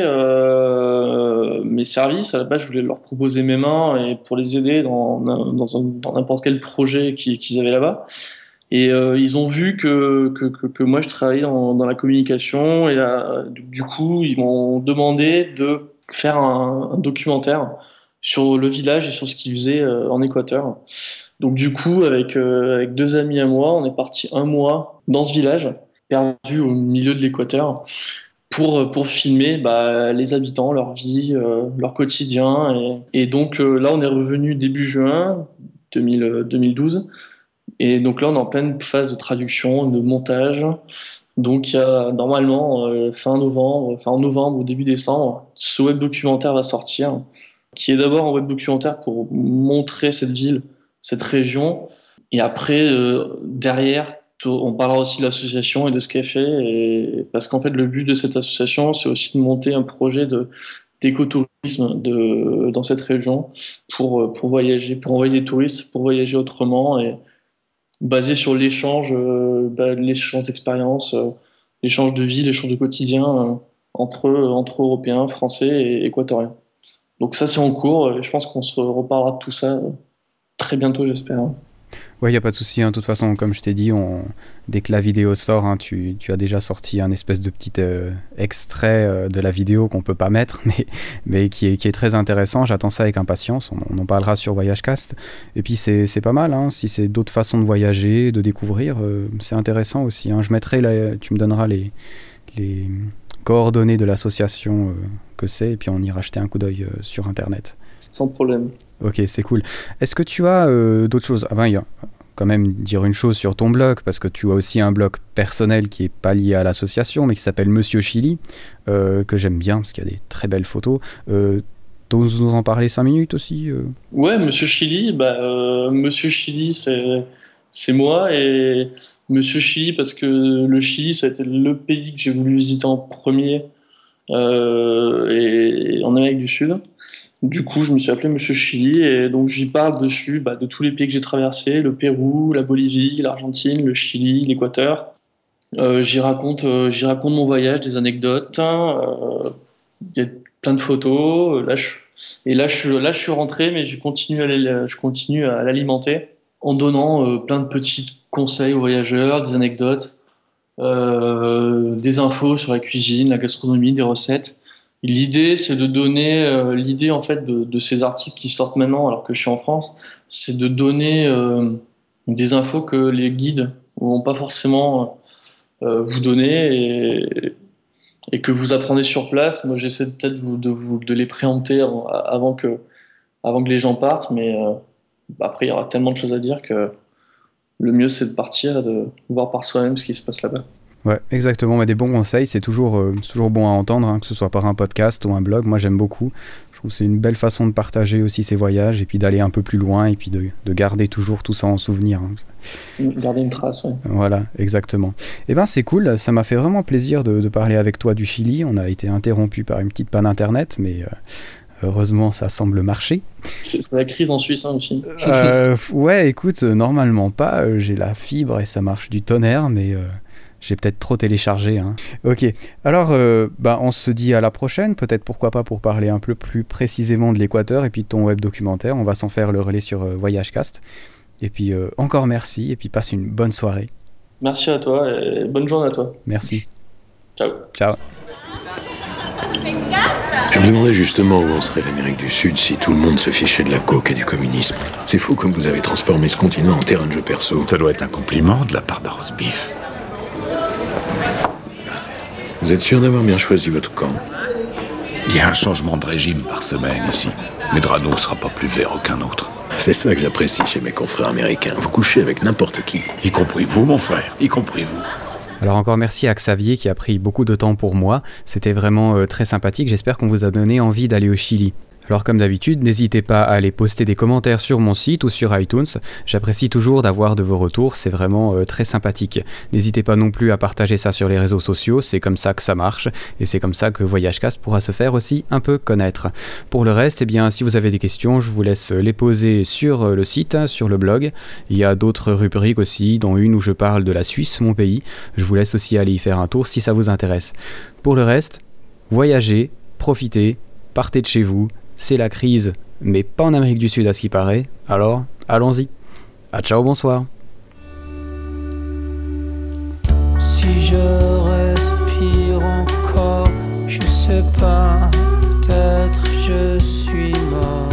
euh, mes services. À la base, je voulais leur proposer mes mains et pour les aider dans, dans, un- dans n'importe quel projet qu'ils qu'ils avaient là-bas. Et euh, ils ont vu que, que, que, que moi, je travaillais dans, dans la communication. Et là, du, du coup, ils m'ont demandé de faire un, un documentaire sur le village et sur ce qu'ils faisaient euh, en Équateur. Donc du coup, avec, euh, avec deux amis à moi, on est parti un mois dans ce village, perdu au milieu de l'Équateur, pour, pour filmer bah, les habitants, leur vie, euh, leur quotidien. Et, et donc euh, là, on est revenu début juin deux mille, euh, deux mille douze. Et donc là, on est en pleine phase de traduction, de montage. Donc il y a normalement euh, fin novembre, fin novembre ou début décembre, ce web documentaire va sortir, qui est d'abord un web documentaire pour montrer cette ville, cette région, et après euh, derrière t- on parlera aussi de l'association et de ce qu'elle fait, et parce qu'en fait le but de cette association c'est aussi de monter un projet de d'écotourisme de dans cette région pour pour voyager, pour envoyer des touristes, pour voyager autrement et basé sur l'échange, euh, bah, l'échange d'expériences, euh, l'échange de vie, l'échange de quotidien euh, entre, entre Européens, Français et Équatoriens. Donc ça, c'est en cours. euh, Je pense qu'on se reparlera de tout ça euh, très bientôt, j'espère. Ouais, il n'y a pas de souci, hein. De toute façon, comme je t'ai dit, on... dès que la vidéo sort, hein, tu, tu as déjà sorti un espèce de petit euh, extrait euh, de la vidéo qu'on peut pas mettre, mais, mais qui, est, qui est très intéressant. J'attends ça avec impatience. On, on en parlera sur VoyageCast. Et puis, c'est, c'est pas mal, hein. Si c'est d'autres façons de voyager, de découvrir, euh, c'est intéressant aussi, hein. Je mettrai, la... tu me donneras les, les coordonnées de l'association euh, que c'est, et puis on ira jeter un coup d'œil euh, sur Internet. Sans problème. Ok, c'est cool. Est-ce que tu as euh, d'autres choses? Ah ben, il y a quand même dire une chose sur ton blog, parce que tu as aussi un blog personnel qui est pas lié à l'association, mais qui s'appelle Monsieur Chili, euh, que j'aime bien, parce qu'il y a des très belles photos. Euh, T'oses nous en parler cinq minutes aussi euh Ouais, Monsieur Chili, bah, euh, Monsieur Chili, c'est c'est moi et Monsieur Chili parce que le Chili, ça a été le pays que j'ai voulu visiter en premier euh, et en Amérique du Sud. Du coup, je me suis appelé Monsieur Chili et donc j'y parle dessus bah, de tous les pays que j'ai traversés, le Pérou, la Bolivie, l'Argentine, le Chili, l'Équateur. Euh, j'y raconte, euh, j'y raconte mon voyage, des anecdotes. euh, Il y a plein de photos. Là, je, et là, je suis, là, je suis rentré, mais je continue à, l'al- je continue à l'alimenter en donnant euh, plein de petits conseils aux voyageurs, des anecdotes, euh, des infos sur la cuisine, la gastronomie, des recettes. L'idée, c'est de donner, euh, l'idée en fait de, de ces articles qui sortent maintenant, alors que je suis en France, c'est de donner euh, des infos que les guides vont pas forcément euh, vous donner et, et que vous apprenez sur place. Moi, j'essaie peut-être vous, de, vous, de les préempter avant, avant que, avant que les gens partent, mais euh, après, il y aura tellement de choses à dire que le mieux, c'est de partir et de voir par soi-même ce qui se passe là-bas. Ouais, exactement. Mais des bons conseils, c'est toujours, euh, c'est toujours bon à entendre, hein, que ce soit par un podcast ou un blog. Moi, j'aime beaucoup. Je trouve que c'est une belle façon de partager aussi ses voyages et puis d'aller un peu plus loin et puis de, de garder toujours tout ça en souvenir. Hein. Garder une trace, oui. Voilà, exactement. Eh ben, c'est cool. Ça m'a fait vraiment plaisir de, de parler avec toi du Chili. On a été interrompu par une petite panne internet, mais... Euh, heureusement, ça semble marcher. C'est, c'est la crise en Suisse hein, aussi. euh, ouais, écoute, normalement pas. Euh, j'ai la fibre et ça marche du tonnerre, mais euh, j'ai peut-être trop téléchargé. Hein. Ok, alors euh, bah, on se dit à la prochaine. Peut-être pourquoi pas pour parler un peu plus précisément de l'Équateur et puis de ton web documentaire. On va s'en faire le relais sur euh, VoyageCast. Et puis euh, encore merci et puis passe une bonne soirée. Merci à toi et bonne journée à toi. Merci. Ciao. Ciao. Je me demandais justement où en serait l'Amérique du Sud si tout le monde se fichait de la coke et du communisme. C'est fou comme vous avez transformé ce continent en terrain de jeu perso. Ça doit être un compliment de la part d'un roast beef. Vous êtes sûr d'avoir bien choisi votre camp? Il y a un changement de régime par semaine ici. Medrano sera pas plus vert qu'un autre. C'est ça que j'apprécie chez mes confrères américains. Vous couchez avec n'importe qui. Y compris vous, mon frère. Y compris vous. Alors encore merci à Xavier qui a pris beaucoup de temps pour moi, c'était vraiment euh, très sympathique, j'espère qu'on vous a donné envie d'aller au Chili. Alors comme d'habitude, n'hésitez pas à aller poster des commentaires sur mon site ou sur iTunes, j'apprécie toujours d'avoir de vos retours, c'est vraiment euh, très sympathique. N'hésitez pas non plus à partager ça sur les réseaux sociaux, c'est comme ça que ça marche, et c'est comme ça que VoyageCast pourra se faire aussi un peu connaître. Pour le reste, eh bien, si vous avez des questions, je vous laisse les poser sur le site, sur le blog. Il y a d'autres rubriques aussi, dont une où je parle de la Suisse, mon pays. Je vous laisse aussi aller y faire un tour si ça vous intéresse. Pour le reste, voyagez, profitez, partez de chez vous. C'est la crise, mais pas en Amérique du Sud à ce qui paraît. Alors, allons-y. À ciao, bonsoir. Si je respire encore, je sais pas, peut-être je suis mort.